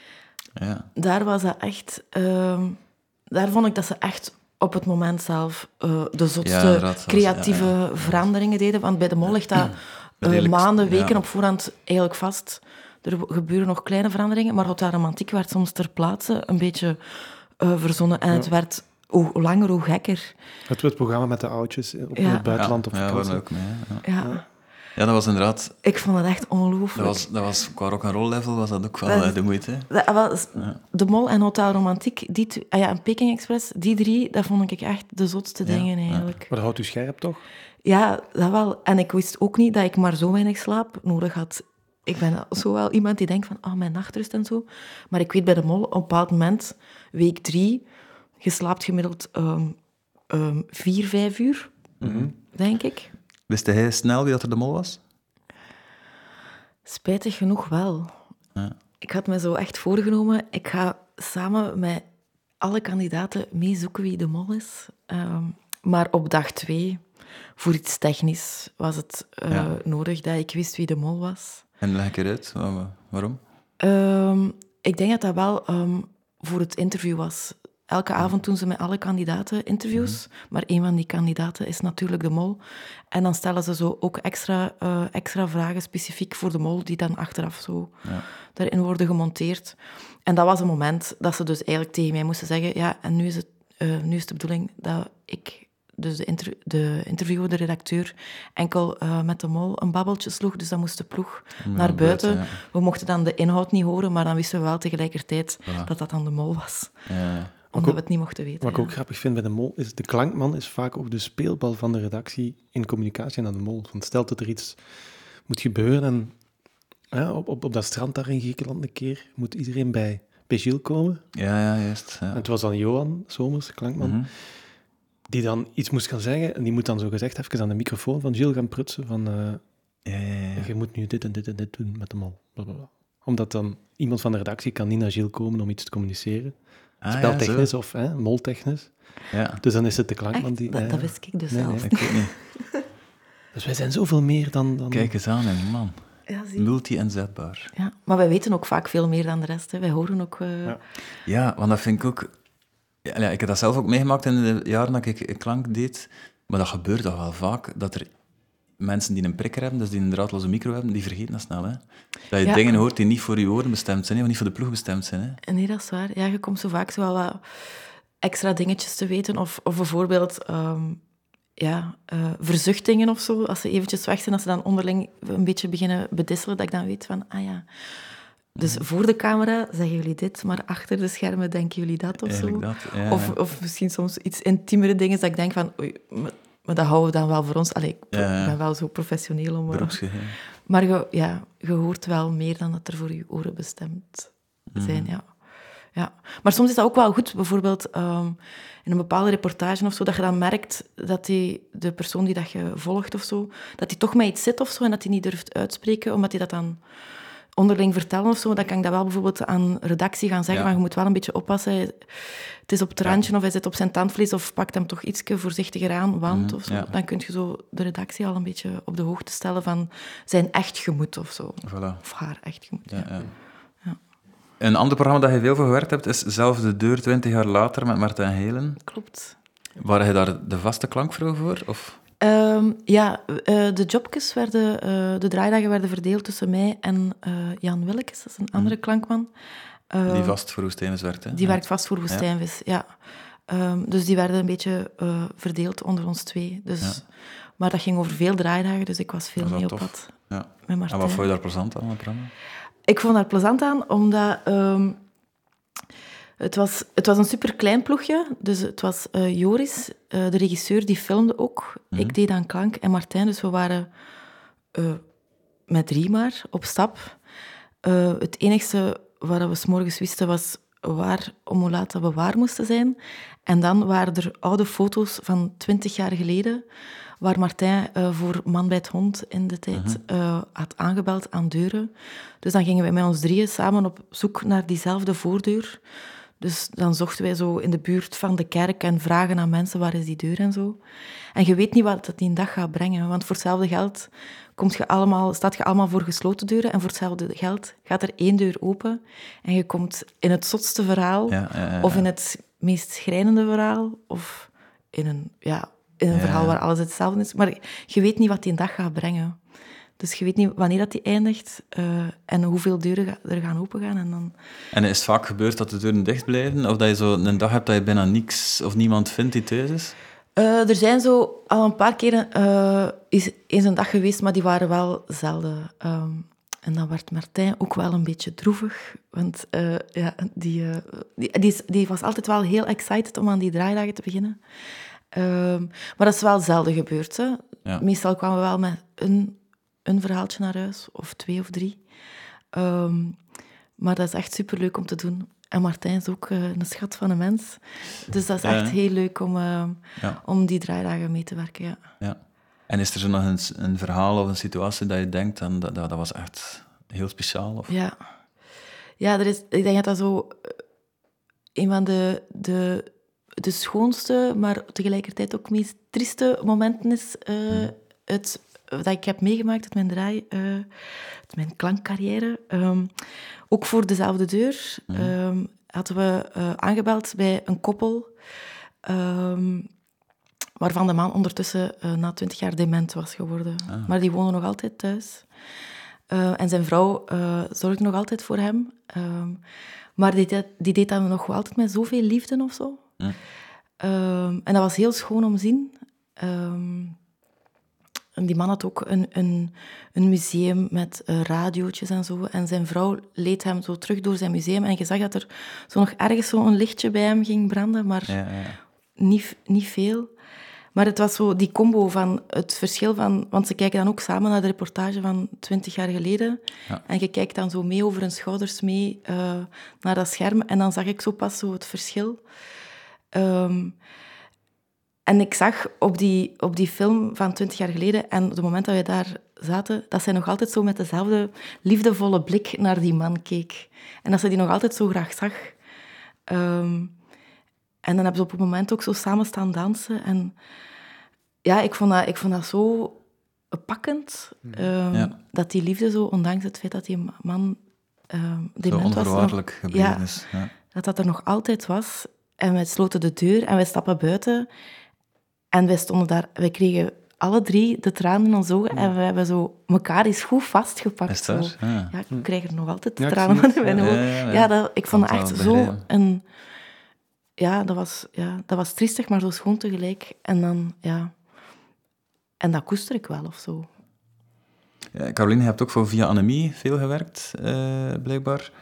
Ja. Daar was dat echt... Uh, daar vond ik dat ze echt op het moment zelf uh, de zotste ja, creatieve ja, ja. veranderingen deden. Want bij de Mol ligt dat uh, maanden, weken ja. op voorhand eigenlijk vast... Er gebeuren nog kleine veranderingen, maar Hotel Romantiek werd soms ter plaatse een beetje uh, verzonnen. En ja. het werd hoe langer, hoe gekker. Het werd programma met de oudjes op ja. het buitenland ja. of ja, vakantie. Ja, ook mee. Ja. Ja. ja, dat was inderdaad... Ik vond het echt ongelooflijk. Dat was, dat was, qua rock'n'roll level was dat ook wel dat, de moeite. Dat, was, ja. De Mol en Hotel Romantiek, die t- ah ja, en Peking Express, die drie, dat vond ik echt de zotste ja. dingen eigenlijk. Maar dat houdt u scherp, toch? Ja, dat wel. En ik wist ook niet dat ik maar zo weinig slaap nodig had. Ik ben zo wel iemand die denkt van, oh, mijn nachtrust en zo. Maar ik weet bij de Mol, op een bepaald moment, week drie, je slaapt gemiddeld um, um, vier, vijf uur, mm-hmm. denk ik. Wist hij snel wie dat er de Mol was? Spijtig genoeg wel. Ja. Ik had me zo echt voorgenomen, ik ga samen met alle kandidaten meezoeken wie de Mol is. Um, maar op dag twee, voor iets technisch, was het uh, ja. nodig dat ik wist wie de Mol was. En leg ik eruit, waarom? Um, ik denk dat dat wel um, voor het interview was. Elke avond doen ze met alle kandidaten interviews, mm-hmm. maar een van die kandidaten is natuurlijk de Mol. En dan stellen ze zo ook extra, uh, extra vragen specifiek voor de Mol, die dan achteraf zo ja. daarin worden gemonteerd. En dat was een moment dat ze dus eigenlijk tegen mij moesten zeggen, ja, en nu is het, uh, nu is de bedoeling dat ik... Dus de, inter- de interviewer, de redacteur, enkel uh, met de Mol een babbeltje sloeg. Dus dan moest de ploeg ja, naar buiten. buiten ja. We mochten dan de inhoud niet horen, maar dan wisten we wel tegelijkertijd ja. dat dat dan de Mol was. Ja. Omdat ook, we het niet mochten weten. Wat ja. ik ook grappig vind bij de Mol, is de klankman is vaak ook de speelbal van de redactie in communicatie naar de Mol. Want stel dat er iets moet gebeuren en ja, op, op, op dat strand daar in Griekenland een keer moet iedereen bij, bij Gilles komen. Ja, ja, juist. Ja. En het was dan Johan Somers, de klankman, mm-hmm. die dan iets moest gaan zeggen en die moet dan zo gezegd even aan de microfoon van Gilles gaan prutsen van uh, ja, ja, ja. je moet nu dit en dit en dit doen met de Mol. Blablabla. Omdat dan iemand van de redactie kan niet naar Gilles komen om iets te communiceren. Ah, speltechnisch ja, of hè, moltechnisch. Ja. Dus dan is het de klankman die... Dat, uh, dat wist ik dus nee, zelf nee, ik weet niet. Dus wij zijn zoveel meer dan... dan... Kijk eens aan, hè, man. Ja, zie. Multi-inzetbaar. Ja, maar wij weten ook vaak veel meer dan de rest. Hè. Wij horen ook... Uh... Ja. Ja, want dat vind ik ook... Ja, ik heb dat zelf ook meegemaakt in de jaren dat ik klank deed. Maar dat gebeurt toch wel vaak, dat er mensen die een prikker hebben, dus die een draadloze micro hebben, die vergeten dat snel. Hè? Dat je ja. dingen hoort die niet voor je oren bestemd zijn, of niet voor de ploeg bestemd zijn. Hè? Nee, dat is waar. Ja, je komt zo vaak zo wel wat extra dingetjes te weten. Of, of bijvoorbeeld... Um, ja, uh, verzuchtingen of zo, als ze eventjes weg zijn, als ze dan onderling een beetje beginnen bedisselen, dat ik dan weet van, ah ja... Dus voor de camera zeggen jullie dit, maar achter de schermen denken jullie dat of Eigenlijk zo. Dat, ja. Of, of misschien soms iets intiemere dingen, dat ik denk van, oei, maar, maar dat houden we dan wel voor ons. Allee, ik ja. ben wel zo professioneel om... Beroepsgeheim. Maar je, ja, je hoort wel meer dan dat er voor je oren bestemd zijn, mm. ja. Ja, maar soms is dat ook wel goed, bijvoorbeeld um, in een bepaalde reportage of zo, dat je dan merkt dat die, de persoon die dat je volgt of zo, dat die toch met iets zit of zo en dat hij niet durft uitspreken, omdat hij dat dan onderling vertellen of zo. Dan kan ik dat wel bijvoorbeeld aan redactie gaan zeggen, ja. maar je moet wel een beetje oppassen. Het is op het randje ja. of hij zit op zijn tandvlees of pakt hem toch ietsje voorzichtiger aan, want mm, of zo. Ja. Dan kun je zo de redactie al een beetje op de hoogte stellen van zijn echtgemoed of zo. Voilà. Of haar echtgemoed, ja. ja. ja. Een ander programma dat je veel voor gewerkt hebt, is Zelfde Deur, twintig jaar later, met Martijn Helen. Klopt. Waren je daar de vaste klankvrouw voor? Of? Um, ja, uh, de jobjes werden, uh, de draaidagen werden verdeeld tussen mij en uh, Jan Willekes, dat is een andere mm. klankman. Uh, die vast voor Woestijnvis werkt, hè? Die ja. werkt vast voor Woestijnvis, ja. ja. Um, dus die werden een beetje uh, verdeeld onder ons twee. Dus, ja. Maar dat ging over veel draaidagen, dus ik was veel mee op pad ja. met Martijn. En wat vond je daar plezant aan, het programma? Ik vond daar plezant aan, omdat um, het, was, het was een superklein ploegje. Dus het was uh, Joris, uh, de regisseur, die filmde ook. Mm-hmm. Ik deed aan klank en Martijn. Dus we waren uh, met drie maar op stap. Uh, het enigste wat we 's morgens wisten was waar, om hoe laat we waar moesten zijn. En dan waren er oude foto's van twintig jaar geleden, waar Martijn uh, voor Man bij het Hond in de tijd uh, had aangebeld aan deuren. Dus dan gingen wij met ons drieën samen op zoek naar diezelfde voordeur. Dus dan zochten wij zo in de buurt van de kerk en vragen aan mensen, waar is die deur en zo. En je weet niet wat het die dag gaat brengen, want voor hetzelfde geld komt je allemaal, staat je allemaal voor gesloten deuren en voor hetzelfde geld gaat er één deur open en je komt in het zotste verhaal ja, ja, ja, ja. of in het meest schrijnende verhaal of in een... Ja, in een ja. verhaal waar alles hetzelfde is. Maar je weet niet wat die dag gaat brengen. Dus je weet niet wanneer dat die eindigt uh, en hoeveel deuren ga, er gaan opengaan. En, dan... en is het vaak gebeurd dat de deuren dicht blijven? Of dat je zo een dag hebt dat je bijna niks of niemand vindt die thuis is? Uh, er zijn zo al een paar keren uh, is eens een dag geweest, maar die waren wel zelden. Um, en dan werd Martijn ook wel een beetje droevig. Want uh, ja, die, uh, die, die, is, die was altijd wel heel excited om aan die draaidagen te beginnen. Um, maar dat is wel zelden gebeurd. Hè. Ja. Meestal kwamen we wel met een, een verhaaltje naar huis, of twee of drie. Um, maar dat is echt superleuk om te doen. En Martijn is ook uh, een schat van een mens. Dus dat is echt ja. heel leuk om, uh, ja. om die draaidagen mee te werken. Ja. Ja. En is er zo nog een, een verhaal of een situatie dat je denkt, en dat, dat, dat was echt heel speciaal? Of? Ja, ja er is, ik denk dat dat zo een van de... de de schoonste, maar tegelijkertijd ook meest trieste momenten is uh, het, dat ik heb meegemaakt uit mijn draai, uh, uit mijn klankcarrière. Um, ook voor dezelfde deur um, hadden we uh, aangebeld bij een koppel um, waarvan de man ondertussen uh, na twintig jaar dement was geworden. Ah. Maar die woonde nog altijd thuis. Uh, en zijn vrouw uh, zorgde nog altijd voor hem. Um, maar die deed, die deed dat nog altijd met zoveel liefde of zo. Ja. Um, en dat was heel schoon om te zien. Um, en die man had ook een, een, een museum met uh, radiootjes en zo. En zijn vrouw leed hem zo terug door zijn museum. En je zag dat er zo nog ergens zo een lichtje bij hem ging branden, maar ja, ja. Niet, niet veel. Maar het was zo die combo van het verschil van... Want ze kijken dan ook samen naar de reportage van twintig jaar geleden. Ja. En je kijkt dan zo mee over hun schouders mee uh, naar dat scherm. En dan zag ik zo pas zo het verschil. Um, en ik zag op die, op die film van twintig jaar geleden, en op het moment dat wij daar zaten, dat zij nog altijd zo met dezelfde liefdevolle blik naar die man keek. En dat ze die nog altijd zo graag zag. Um, en dan hebben ze op het moment ook zo samen staan dansen. En ja, ik vond dat, ik vond dat zo pakkend. Um, Ja. Dat die liefde zo, ondanks het feit dat die man um, Zo dement was, onvoorwaardelijk nog- gebleven ja, is. Ja. dat dat er nog altijd was. En wij sloten de deur en wij stappen buiten. En wij stonden daar, wij kregen alle drie de tranen in onze ogen en we hebben zo elkaar eens goed vastgepakt. Is dat? Zo. Ja. Ja, ik krijg er nog altijd de Ja, ik tranen zie van het. in mijn Ja, ogen. ja, ja. Ja, dat, ik vond het Kan echt het zo wel begrijpen. een... Ja dat, was, ja, dat was triestig, maar zo schoon tegelijk. En dan, ja... En dat koester ik wel, of zo. Ja, Caroline, je hebt ook voor Via Anemie veel gewerkt, eh, blijkbaar.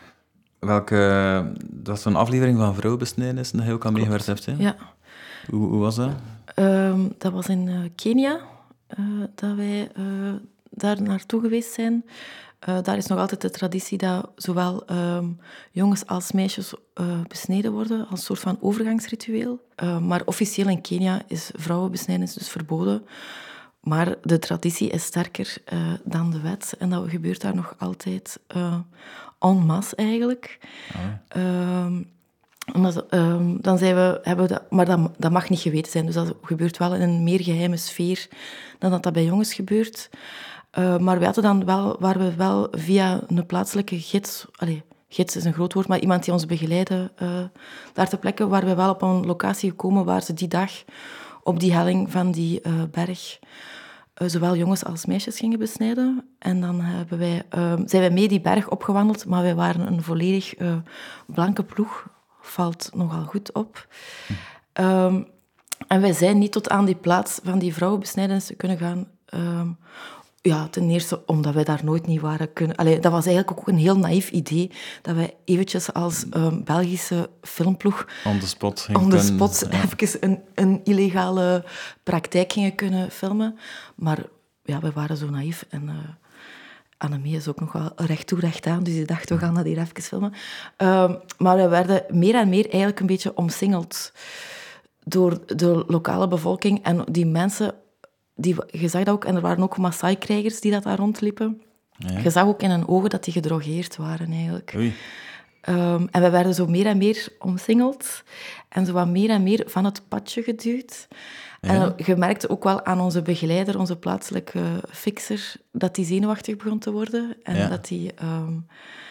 Welke... Dat was zo'n aflevering van Vrouwenbesnijdenis dat je ook aan meegewerkt hebt. Hè? Ja. Hoe, hoe was dat? Um, dat was in uh, Kenia, uh, dat wij uh, daar naartoe geweest zijn. Uh, daar is nog altijd de traditie dat zowel um, jongens als meisjes uh, besneden worden, als een soort van overgangsritueel. Uh, maar officieel in Kenia is vrouwenbesnijdenis dus verboden. Maar de traditie is sterker uh, dan de wet. En dat gebeurt daar nog altijd uh, en masse eigenlijk. Oh. Um, omdat, um, dan zijn we, hebben we dat, maar dat, dat mag niet geweten zijn. Dus dat gebeurt wel in een meer geheime sfeer dan dat dat bij jongens gebeurt. Uh, maar we hadden dan wel, waar we wel via een plaatselijke gids... Allez, gids is een groot woord, maar iemand die ons begeleidde uh, daar ter plekke, waar we wel op een locatie gekomen waar ze die dag op die helling van die uh, berg uh, zowel jongens als meisjes gingen besnijden. En dan hebben wij, uh, zijn wij mee die berg opgewandeld, maar wij waren een volledig uh, blanke ploeg. Valt nogal goed op. Hm. Um, en wij zijn niet tot aan die plaats van die vrouwenbesnijdenis kunnen gaan. Um, ja, ten eerste omdat wij daar nooit niet waren kunnen... Allee, dat was eigenlijk ook een heel naïef idee, dat wij eventjes als um, Belgische filmploeg On the spot gingen on the kunnen, spot ja. even een, een illegale praktijk gingen kunnen filmen. Maar ja, wij waren zo naïef en... Uh, Annemie is ook nog wel recht toe, recht aan, dus die dacht, we gaan dat hier even filmen. Uh, maar we werden meer en meer eigenlijk een beetje omsingeld door de lokale bevolking. En die mensen, die, je zag dat ook, en er waren ook Maasai-krijgers die dat daar rondliepen. Ja. Je zag ook in hun ogen dat die gedrogeerd waren, eigenlijk. Oei. Um, en we werden zo meer en meer omsingeld en zo wat meer en meer van het padje geduwd. Ja. En je merkte ook wel aan onze begeleider, onze plaatselijke fixer, dat die zenuwachtig begon te worden. En ja. dat hij um,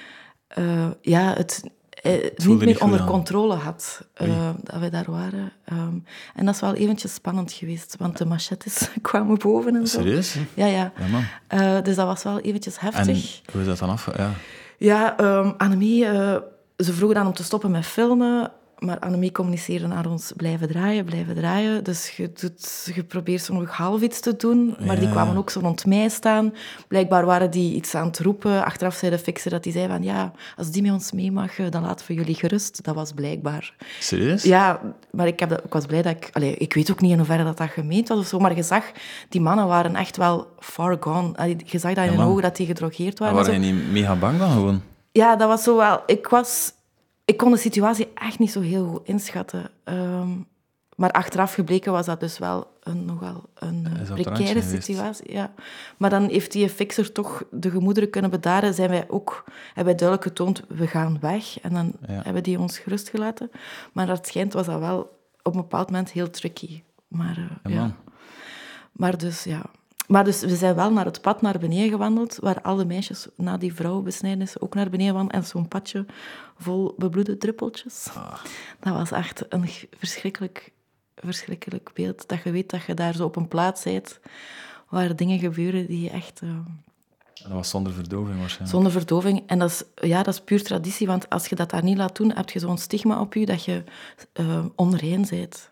uh, ja, het, uh, het niet meer niet onder aan. controle had, uh, dat we daar waren. Um, en dat is wel eventjes spannend geweest, want de machetes kwamen boven en zo. Serieus? Ja, ja. ja man. Uh, dus dat was wel eventjes heftig. En hoe is dat dan af? Ja, ja um, Annemie, uh, ze vroegen dan om te stoppen met filmen. Maar Annemie communiceerde naar ons, blijven draaien, blijven draaien. Dus je, doet, je probeert zo nog half iets te doen, maar ja. die kwamen ook zo rond mij staan. Blijkbaar waren die iets aan het roepen. Achteraf zei de fixer dat die zei van, ja, als die met ons mee mag, dan laten we jullie gerust. Dat was blijkbaar. Serieus? Ja, maar ik, heb dat, ik was blij dat ik... Allez, ik weet ook niet in hoeverre dat, dat gemeend was of zo, maar je zag, die mannen waren echt wel far gone. Allee, je zag dat in ja, hun ogen dat die gedrogeerd waren. Maar waren je niet mega bang dan gewoon? Ja, dat was zo wel... Ik was... Ik kon de situatie echt niet zo heel goed inschatten. Um, maar achteraf gebleken was dat dus wel een, nogal een uh, precaire situatie. Ja. Maar dan heeft die fixer toch de gemoederen kunnen bedaren. Zijn wij ook, hebben wij duidelijk getoond, we gaan weg. En dan ja. hebben die ons gerustgelaten. Maar dat schijnt was dat wel op een bepaald moment heel tricky. Maar, uh, ja, ja. maar dus, ja... Maar dus, we zijn wel naar het pad naar beneden gewandeld, waar alle meisjes na die vrouwenbesnijdenis ook naar beneden wandelden. En zo'n padje vol bebloede druppeltjes. Ah. Dat was echt een verschrikkelijk, verschrikkelijk beeld. Dat je weet dat je daar zo op een plaats bent waar dingen gebeuren die je echt... Uh... Dat was zonder verdoving waarschijnlijk. Zonder verdoving. En dat is, ja, dat is puur traditie, want als je dat daar niet laat doen, heb je zo'n stigma op je dat je uh, onrein bent.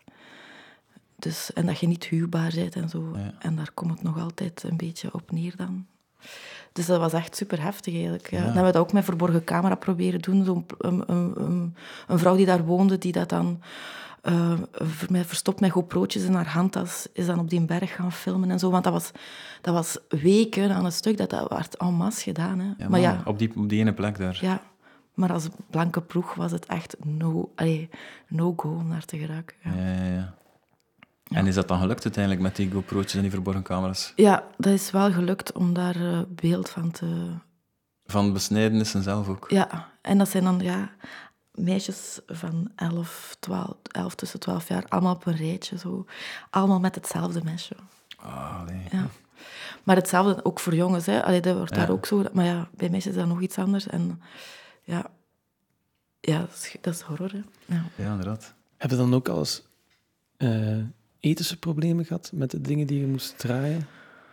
Dus, en dat je niet huwbaar bent en zo. Ja. En daar komt het nog altijd een beetje op neer dan. Dus dat was echt super heftig eigenlijk. Ja. Ja. Dan hebben we dat ook met verborgen camera proberen doen. Zo'n, een, een, een, een vrouw die daar woonde, die dat dan uh, met, verstopt met GoPro'tjes in haar handtas, is dan op die berg gaan filmen en zo. Want dat was, dat was weken aan een stuk, dat, dat werd en masse gedaan. Hè. Ja, maar man, ja, op, die, op die ene plek daar. Ja, maar als blanke ploeg was het echt no, allee, no go om naar te geraken. Ja. Ja, ja, ja. Ja. En is dat dan gelukt uiteindelijk met die GoPro'tjes en die verborgen camera's? Ja, dat is wel gelukt om daar uh, beeld van te... Van besnijdenissen zelf ook? Ja, en dat zijn dan ja, meisjes van elf, twaalf, elf tussen twaalf jaar, allemaal op een rijtje, zo. Allemaal met hetzelfde mesje. Oh, nee. Ja. Maar hetzelfde ook voor jongens. Hè. Allee, dat wordt Ja. daar ook zo. Maar ja, bij meisjes is dat nog iets anders. En ja, ja dat, is, dat is horror. Hè. Ja. Ja, inderdaad. Heb je dan ook al eens uh, ethische problemen gehad met de dingen die je moest draaien?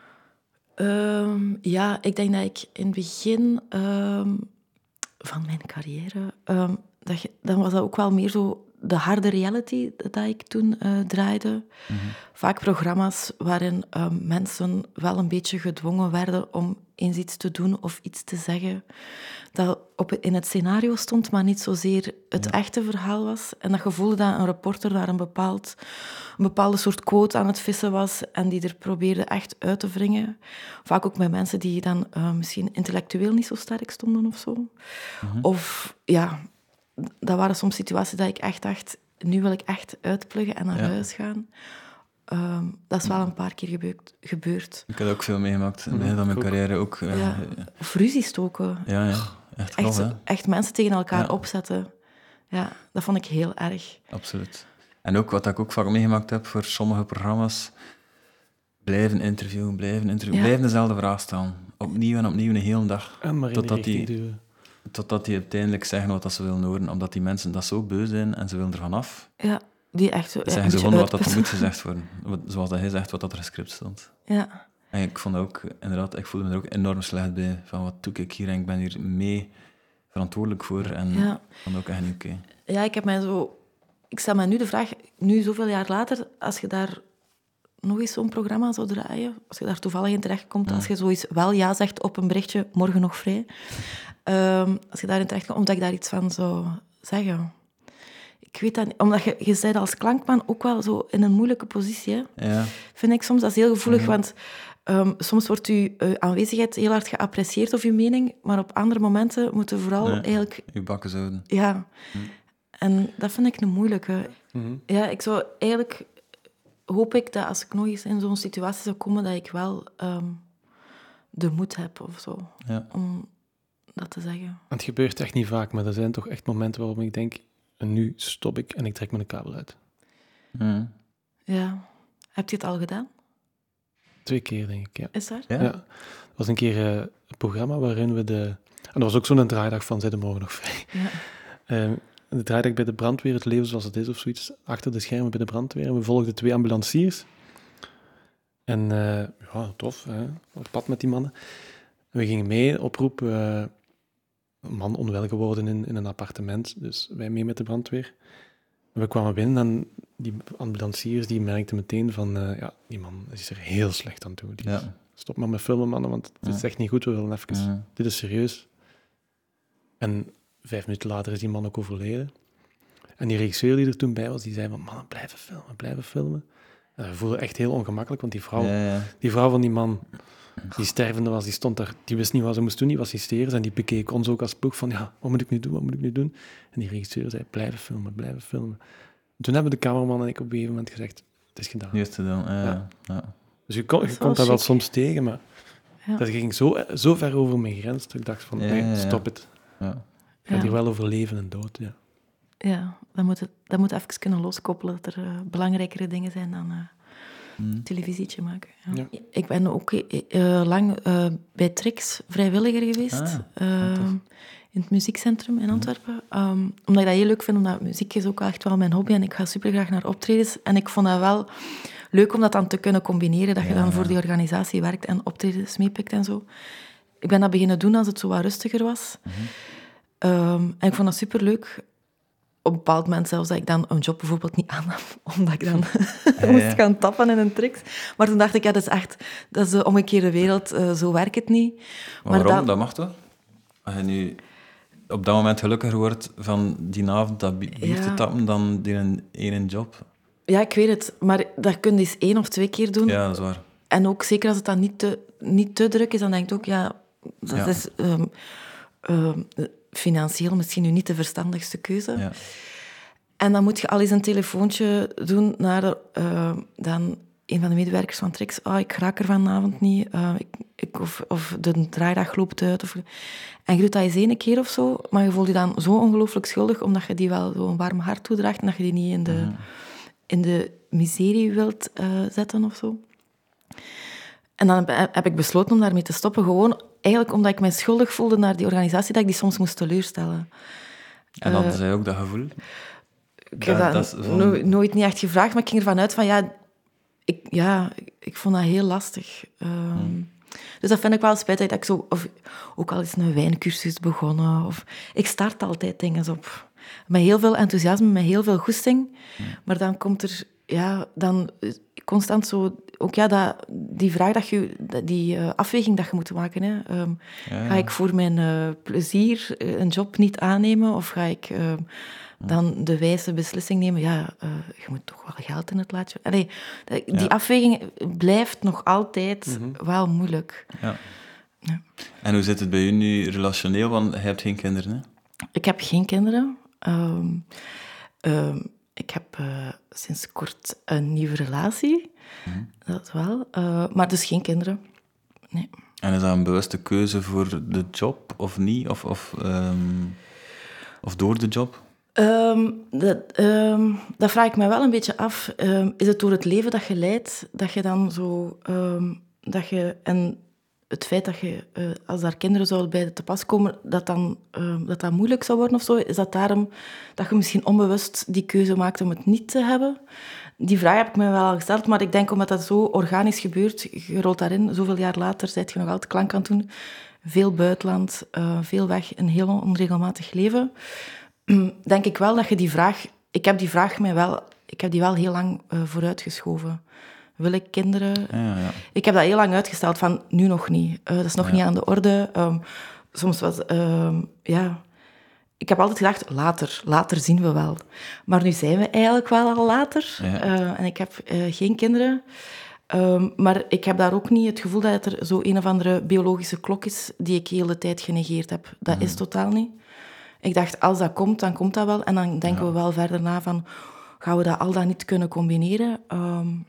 Um, ja, ik denk dat ik in het begin um, van mijn carrière... Um, dat je, dan was dat ook wel meer zo de harde reality dat ik toen uh, draaide. Mm-hmm. Vaak programma's waarin um, mensen wel een beetje gedwongen werden om eens iets te doen of iets te zeggen dat op, in het scenario stond, maar niet zozeer het ja. echte verhaal was. En dat je voelde dat een reporter daar een, bepaald, een bepaalde soort quote aan het vissen was en die er probeerde echt uit te wringen. Vaak ook met mensen die dan uh, misschien intellectueel niet zo sterk stonden of zo. Mm-hmm. Of ja... Dat waren soms situaties dat ik echt dacht, nu wil ik echt uitpluggen en naar ja. huis gaan. Um, dat is wel een paar keer gebeurd. gebeurd. Ik heb ook veel meegemaakt in het begin van mijn carrière. Ook, uh, ja. Of ruzie stoken. Ja, ja. Echt, grof, echt, echt mensen tegen elkaar ja. opzetten. Ja, dat vond ik heel erg. Absoluut. En ook wat ik ook vaak meegemaakt heb voor sommige programma's, blijven interviewen, blijven interviewen, ja. blijven dezelfde vraag stellen. Opnieuw en opnieuw een hele dag. En maar in totdat die die... Totdat die uiteindelijk zeggen wat ze willen horen, omdat die mensen dat zo beu zijn en ze willen ervan af. Ja, die echt zo... Dan zeggen ze gewoon wat dat er moet gezegd worden. Zoals dat hij zegt, wat dat er in script stond. Ja. En ik vond dat ook, inderdaad, ik voelde me er ook enorm slecht bij. Van wat doe ik hier en ik ben hier mee verantwoordelijk voor. En ja. ik vond dat ook echt niet oké. Okay. Ja, ik heb mij zo... Ik stel mij nu de vraag, nu zoveel jaar later, als je daar nog eens zo'n programma zou draaien, als je daar toevallig in terechtkomt, ja. als je zoiets wel ja zegt op een berichtje, morgen nog vrij... Um, als je daarin terechtkomt, omdat ik daar iets van zou zeggen. Ik weet dat niet. Omdat je, je bent als klankman ook wel zo in een moeilijke positie. Hè? Ja. Vind ik soms, dat is heel gevoelig, Mm-hmm. want um, soms wordt je uh, aanwezigheid heel hard geapprecieerd of je mening, maar op andere momenten moeten vooral nee, eigenlijk... Je bakken zouden. Ja. Mm. En dat vind ik een moeilijke. Mm-hmm. Ja, ik zou eigenlijk... Hoop ik dat als ik nog eens in zo'n situatie zou komen, dat ik wel um, de moed heb of zo. Ja. Om dat te zeggen. Het gebeurt echt niet vaak, maar er zijn toch echt momenten waarop ik denk, en nu stop ik en ik trek mijn kabel uit. Mm. Ja. Heb je het al gedaan? Twee keer, denk ik, ja. Is dat? Ja. ja. Er was een keer uh, een programma waarin we de... En dat was ook zo'n draaidag van, zijn de morgen nog vrij. Ja. Uh, de draaidag bij de brandweer, het leven zoals het is of zoiets, achter de schermen bij de brandweer. En we volgden twee ambulanciers. En uh, ja, tof, hè? Op pad met die mannen. En we gingen mee, oproep... Uh, een man onwel geworden in, in een appartement, dus wij mee met de brandweer. En we kwamen binnen en die ambulanciers die merkten meteen van, uh, ja, die man is er heel slecht aan toe. Die Ja. Stop maar met filmen, mannen, want het ja. is echt niet goed, we willen even... Ja. Dit is serieus. En vijf minuten later is die man ook overleden. En die regisseur die er toen bij was, die zei van, mannen, blijven filmen, blijven filmen. En we voelden echt heel ongemakkelijk, want die vrouw, Ja, ja. die vrouw van die man... Die stervende was, die stond daar, die wist niet wat ze moest doen, die was hysterisch en die bekeek ons ook als ploeg van, ja, wat moet ik nu doen, wat moet ik nu doen? En die regisseur zei, blijven filmen, blijven filmen. En toen hebben de cameraman en ik op een gegeven moment gezegd, het is gedaan. Nu is het gedaan, ja. Ja. ja. Dus je, kon, je Dat is komt wel dat wel chic. soms tegen, maar Ja. dat ging zo, zo ver over mijn grens, dat ik dacht van, Ja, nee, ja, ja. stop het. ja. Het gaat Ja. hier wel over leven en dood, ja. Ja, dat moet, het, dat moet even kunnen loskoppelen, dat er uh, belangrijkere dingen zijn dan uh, Mm. televisietje maken. Ja. Ja. Ik ben ook uh, lang uh, bij Trix vrijwilliger geweest, Ah, uh, tof. in het muziekcentrum in Antwerpen. Um, omdat ik dat heel leuk vind, omdat muziek is ook echt wel mijn hobby en ik ga supergraag naar optredens. En ik vond dat wel leuk om dat dan te kunnen combineren, dat je Ja, dan ja. voor die organisatie werkt en optredens meepikt en zo. Ik ben dat beginnen doen als het zo wat rustiger was. Mm-hmm. Um, en ik vond dat superleuk. Op een bepaald moment zelfs dat ik dan een job bijvoorbeeld niet aannam, omdat ik dan ja. moest gaan tappen in een Trix. Maar toen dacht ik, ja, dat is echt, dat is de omgekeerde wereld, uh, zo werkt het niet. Maar Maar waarom? dat- Dat mag toch? Als je nu op dat moment gelukkiger wordt van die avond dat bi- bier te Ja. tappen dan die een ene job. Ja, ik weet het, maar dat kun je eens één of twee keer doen. Ja, dat is waar. En ook zeker als het dan niet te, niet te druk is, dan denk ik ook, ja, dat Ja. is um, um, financieel misschien nu niet de verstandigste keuze. Ja. En dan moet je al eens een telefoontje doen naar de, uh, dan een van de medewerkers van Trix. Oh, ik raak er vanavond niet. Uh, ik, ik, of, of de draaidag loopt uit. Of, en je doet dat eens één keer of zo, maar je voelt je dan zo ongelooflijk schuldig, omdat je die wel zo'n warm hart toedraagt en dat je die niet in de, Mhm. in de miserie wilt uh, zetten of zo. En dan heb, heb ik besloten om daarmee te stoppen. Gewoon eigenlijk omdat ik mij schuldig voelde naar die organisatie, dat ik die soms moest teleurstellen. En hadden uh, zij ook dat gevoel? Ik heb dat, dat van... no- nooit niet echt gevraagd, maar ik ging ervan uit van, ja, ik, ja, ik vond dat heel lastig. Um, hmm. Dus dat vind ik wel spijtig dat ik zo... Of, ook al is een wijncursus begonnen. Of, ik start altijd dingen op. Met heel veel enthousiasme, met heel veel goesting. Hmm. Maar dan komt er... Ja, dan constant zo... Ook ja, dat, die vraag, dat je, die uh, afweging dat je moet maken. Hè. Um, ja, ja. Ga ik voor mijn uh, plezier een job niet aannemen? Of ga ik... Uh, dan de wijze beslissing nemen, ja, uh, je moet toch wel geld in het laatje. Allee, die ja. afweging blijft nog altijd mm-hmm. wel moeilijk. Ja. Ja. En hoe zit het bij u nu relationeel? Want je hebt geen kinderen, hè? Ik heb geen kinderen. Um, um, ik heb uh, sinds kort een nieuwe relatie. Mm-hmm. Dat wel. Uh, maar dus geen kinderen. Nee. En is dat een bewuste keuze voor de job, of niet? Of, of, um, of door de job? Um, dat, um, dat vraag ik me wel een beetje af. Um, is het door het leven dat je leidt, dat je dan zo... Um, dat je, en het feit dat je, uh, als daar kinderen zouden bij te pas komen, dat, dan, um, dat dat moeilijk zou worden of zo? Is dat daarom dat je misschien onbewust die keuze maakt om het niet te hebben? Die vraag heb ik me wel al gesteld, maar ik denk omdat dat zo organisch gebeurt, je rolt daarin, zoveel jaar later zijt je nog altijd klank aan het doen. Veel buitenland, uh, veel weg, een heel onregelmatig leven... denk ik wel dat je die vraag... Ik heb die vraag mij wel... Ik heb die wel heel lang uh, vooruitgeschoven. Wil ik kinderen? Ja, ja. Ik heb dat heel lang uitgesteld, van nu nog niet. Uh, dat is nog ja. niet aan de orde. Um, soms was... Um, ja... Ik heb altijd gedacht, later. Later zien we wel. Maar nu zijn we eigenlijk wel al later. Ja. Uh, en ik heb uh, geen kinderen. Um, maar ik heb daar ook niet het gevoel dat er zo een of andere biologische klok is die ik de hele tijd genegeerd heb. Dat mm-hmm. is totaal niet. Ik dacht, als dat komt, dan komt dat wel. En dan denken ja. we wel verder na van, gaan we dat al dan niet kunnen combineren? Um,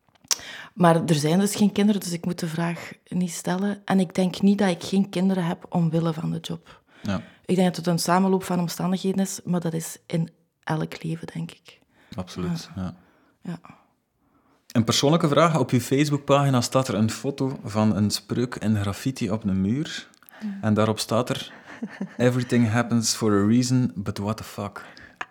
maar er zijn dus geen kinderen, dus ik moet de vraag niet stellen. En ik denk niet dat ik geen kinderen heb omwille van de job. Ja. Ik denk dat het een samenloop van omstandigheden is, maar dat is in elk leven, denk ik. Absoluut, ja. ja. ja. Een persoonlijke vraag. Op uw Facebookpagina staat er een foto van een spreuk in graffiti op een muur. Ja. En daarop staat er... Everything happens for a reason, but what the fuck?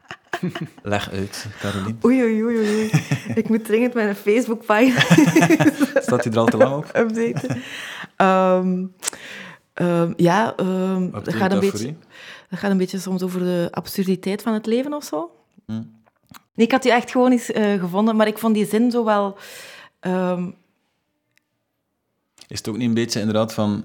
Leg uit, Caroline. Oei, oei, oei, oei. Ik moet dringend mijn Facebookpagina... Staat die er al te lang op? Updaten. Um, um, ja, um, dat, gaat een beetje, dat gaat een beetje soms over de absurditeit van het leven of zo. Hmm. Nee, ik had die echt gewoon eens uh, gevonden, maar ik vond die zin zo wel... Um... Is het ook niet een beetje inderdaad van...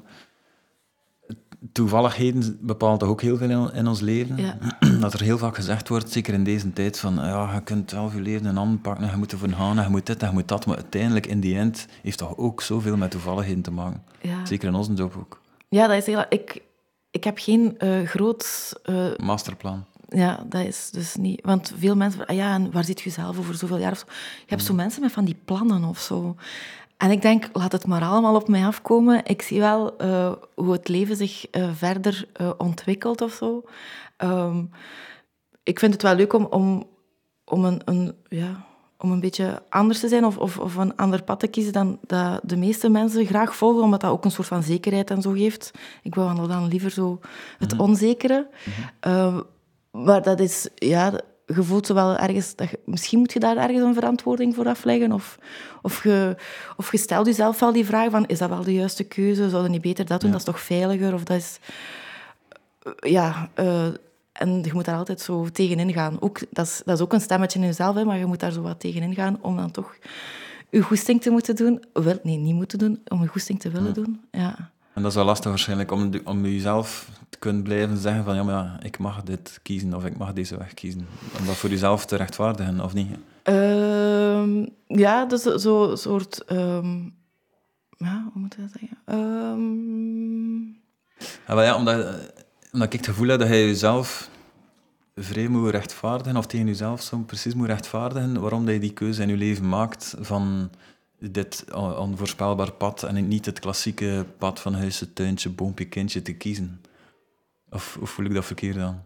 Toevalligheden bepalen toch ook heel veel in ons leven. Ja. Dat er heel vaak gezegd wordt, zeker in deze tijd, van ja, je kunt wel je leven in handen pakken, je moet ervoor gaan, je moet dit, je moet dat, maar uiteindelijk, in die end, heeft toch ook zoveel met toevalligheden te maken. Ja. Zeker in onze job ook. Ja, dat is heel... Ik, ik heb geen uh, groot... Uh... Masterplan. Ja, dat is dus niet... Want veel mensen... Ah ja, en waar zit je zelf over zoveel jaar of zo? Je hebt mm. zo mensen met van die plannen of zo... En ik denk, laat het maar allemaal op mij afkomen. Ik zie wel uh, hoe het leven zich uh, verder uh, ontwikkelt of zo. Um, ik vind het wel leuk om, om, om, een, een, ja, om een beetje anders te zijn of, of, of een ander pad te kiezen dan dat de meeste mensen graag volgen, omdat dat ook een soort van zekerheid en zo geeft. Ik wil dan liever zo het mm-hmm. onzekere. Mm-hmm. Uh, maar dat is... ja. Je voelt zo wel ergens... Dat je, misschien moet je daar ergens een verantwoording voor afleggen. Of, of, je, of je stelt jezelf wel die vraag van... Is dat wel de juiste keuze? Zou je niet beter dat doen? Ja. Dat is toch veiliger? Of dat is... Ja... Uh, en je moet daar altijd zo tegenin gaan. Ook, dat, is, dat is ook een stemmetje in jezelf, hè, maar je moet daar zo wat tegenin gaan om dan toch je goesting te moeten doen. Wel, nee, niet moeten doen. Om je goesting te willen ja. doen. Ja. En dat is wel lastig waarschijnlijk, om, om jezelf te kunnen blijven zeggen van ja, maar ja, ik mag dit kiezen of ik mag deze weg kiezen. Om dat voor jezelf te rechtvaardigen, of niet? Um, ja, dus zo'n soort... Um, ja, hoe moet ik dat zeggen? Um... Ja, ja, omdat, omdat ik het gevoel heb dat je jezelf vrij moet rechtvaardigen, of tegen jezelf zo precies moet rechtvaardigen, waarom dat je die keuze in je leven maakt van... dit onvoorspelbaar pad en niet het klassieke pad van huisje, tuintje, boompje, kindje te kiezen. Of, of voel ik dat verkeerd dan?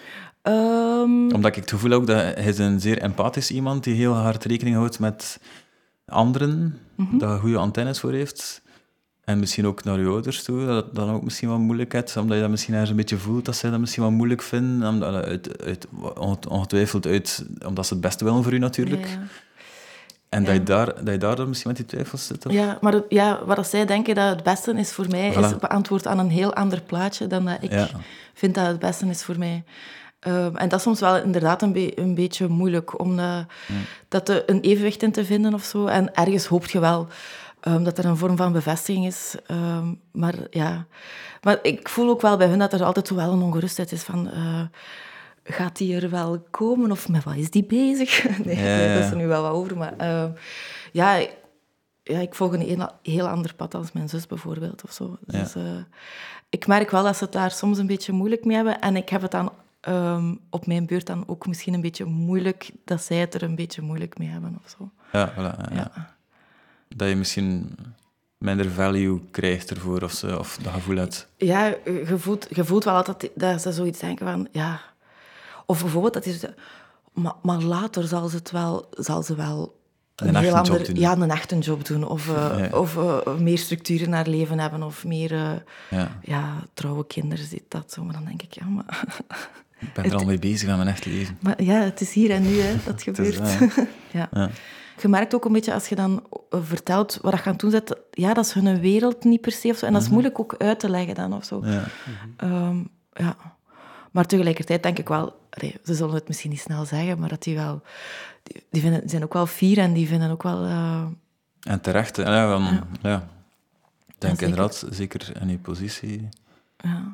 Um... Omdat ik het gevoel heb ook dat hij is een zeer empathisch iemand die heel hard rekening houdt met anderen, mm-hmm. daar goede antennes voor heeft. En misschien ook naar je ouders toe, dat het dan ook misschien wat moeilijk is, omdat je dat misschien ergens een beetje voelt, dat zij dat misschien wat moeilijk vinden, omdat, uit, uit, ongetwijfeld uit, omdat ze het beste willen voor u natuurlijk. Ja, ja. En Ja. dat, je daar, dat je daar dan misschien met die twijfels zit? Of? Ja, maar ja, wat zij denken dat het beste is voor mij, Voilà. is beantwoord aan een heel ander plaatje dan dat ik Ja. vind dat het beste is voor mij. Um, en dat is soms wel inderdaad een, be- een beetje moeilijk, om uh, Ja. dat er een evenwicht in te vinden of zo. En ergens hoop je wel um, dat er een vorm van bevestiging is. Um, maar ja, maar ik voel ook wel bij hun dat er altijd zo wel een ongerustheid is van... Uh, gaat die er wel komen? Of met wat is die bezig? Nee, Ja, nee, ja. dat is er nu wel wat over. Maar uh, ja, ja, ik volg een heel, heel ander pad als mijn zus bijvoorbeeld. Of zo. Ja. Dus uh, ik merk wel dat ze het daar soms een beetje moeilijk mee hebben. En ik heb het dan um, op mijn beurt dan ook misschien een beetje moeilijk dat zij het er een beetje moeilijk mee hebben. Of zo. Ja, voilà, ja. Ja. Dat je misschien minder value krijgt ervoor, of, ze, of dat gevoel hebt. Ja, je voelt, je voelt wel altijd dat ze zoiets denken van... Ja, of bijvoorbeeld, dat is... Maar, maar later zal ze, het wel, zal ze wel een, Een heel echte job ander... doen. Ja, een echte job doen. Of, uh, Ja. of uh, meer structuur in haar leven hebben. Of meer uh, Ja. ja, trouwe kinderen, dit, dat zo. Maar dan denk ik, ja, maar... Ik ben er al mee bezig aan mijn echt leven. Maar ja, het is hier en nu hè, dat gebeurt. Het is, ja. Ja. Je merkt ook een beetje, als je dan uh, vertelt wat je aan het doen bent, ja, dat is hun wereld niet per se. Of zo. En dat is Mhm. moeilijk ook uit te leggen dan, of zo. Ja. Um, ja. Maar tegelijkertijd denk ik wel... Allee, ze zullen het misschien niet snel zeggen, maar dat die wel... Die, die, vinden, die zijn ook wel fier en die vinden ook wel... Uh, En terecht, hè. ja, van, Ja. ja. Ik denk zeker. inderdaad, zeker in die positie. ja,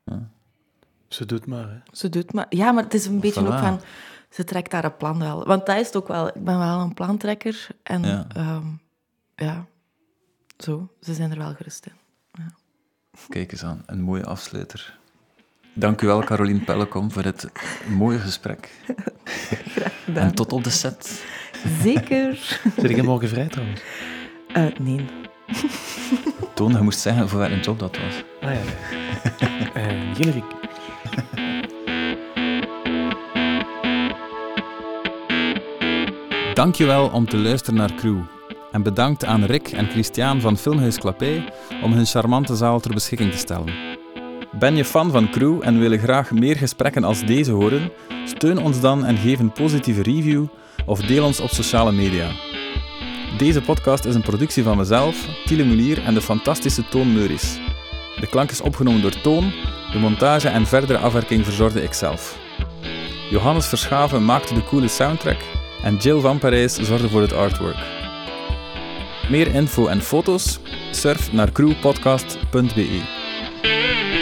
Ze doet maar, hè. ze doet maar... Ja, maar het is een beetje Voilà. ook van... Ze trekt daar een plan wel. Want dat is het ook wel. Ik ben wel een plantrekker. En Ja. ja, um, ja zo. Ze zijn er wel gerust in. Kijk eens aan, een mooie afsluiter. Dank u wel, Caroline Pellekom, voor dit mooie gesprek. En tot op de set. Zeker. Zit ik morgen vrij, trouwens? Uh, nee. Toon, je moest zeggen voor welke job dat was. Ah ja, nee. uh, generiek. Dankjewel om te luisteren naar Crew. En bedankt aan Rick en Christian van Filmhuis Clapey om hun charmante zaal ter beschikking te stellen. Ben je fan van Crew en wil je graag meer gesprekken als deze horen? Steun ons dan en geef een positieve review of deel ons op sociale media. Deze podcast is een productie van mezelf, Thiele Munier en de fantastische Toon Meuris. De klank is opgenomen door Toon, de montage en verdere afwerking verzorgde ikzelf. Johannes Verschaven maakte de coole soundtrack en Jill van Parijs zorgde voor het artwork. Meer info en foto's? Surf naar crewpodcast punt be.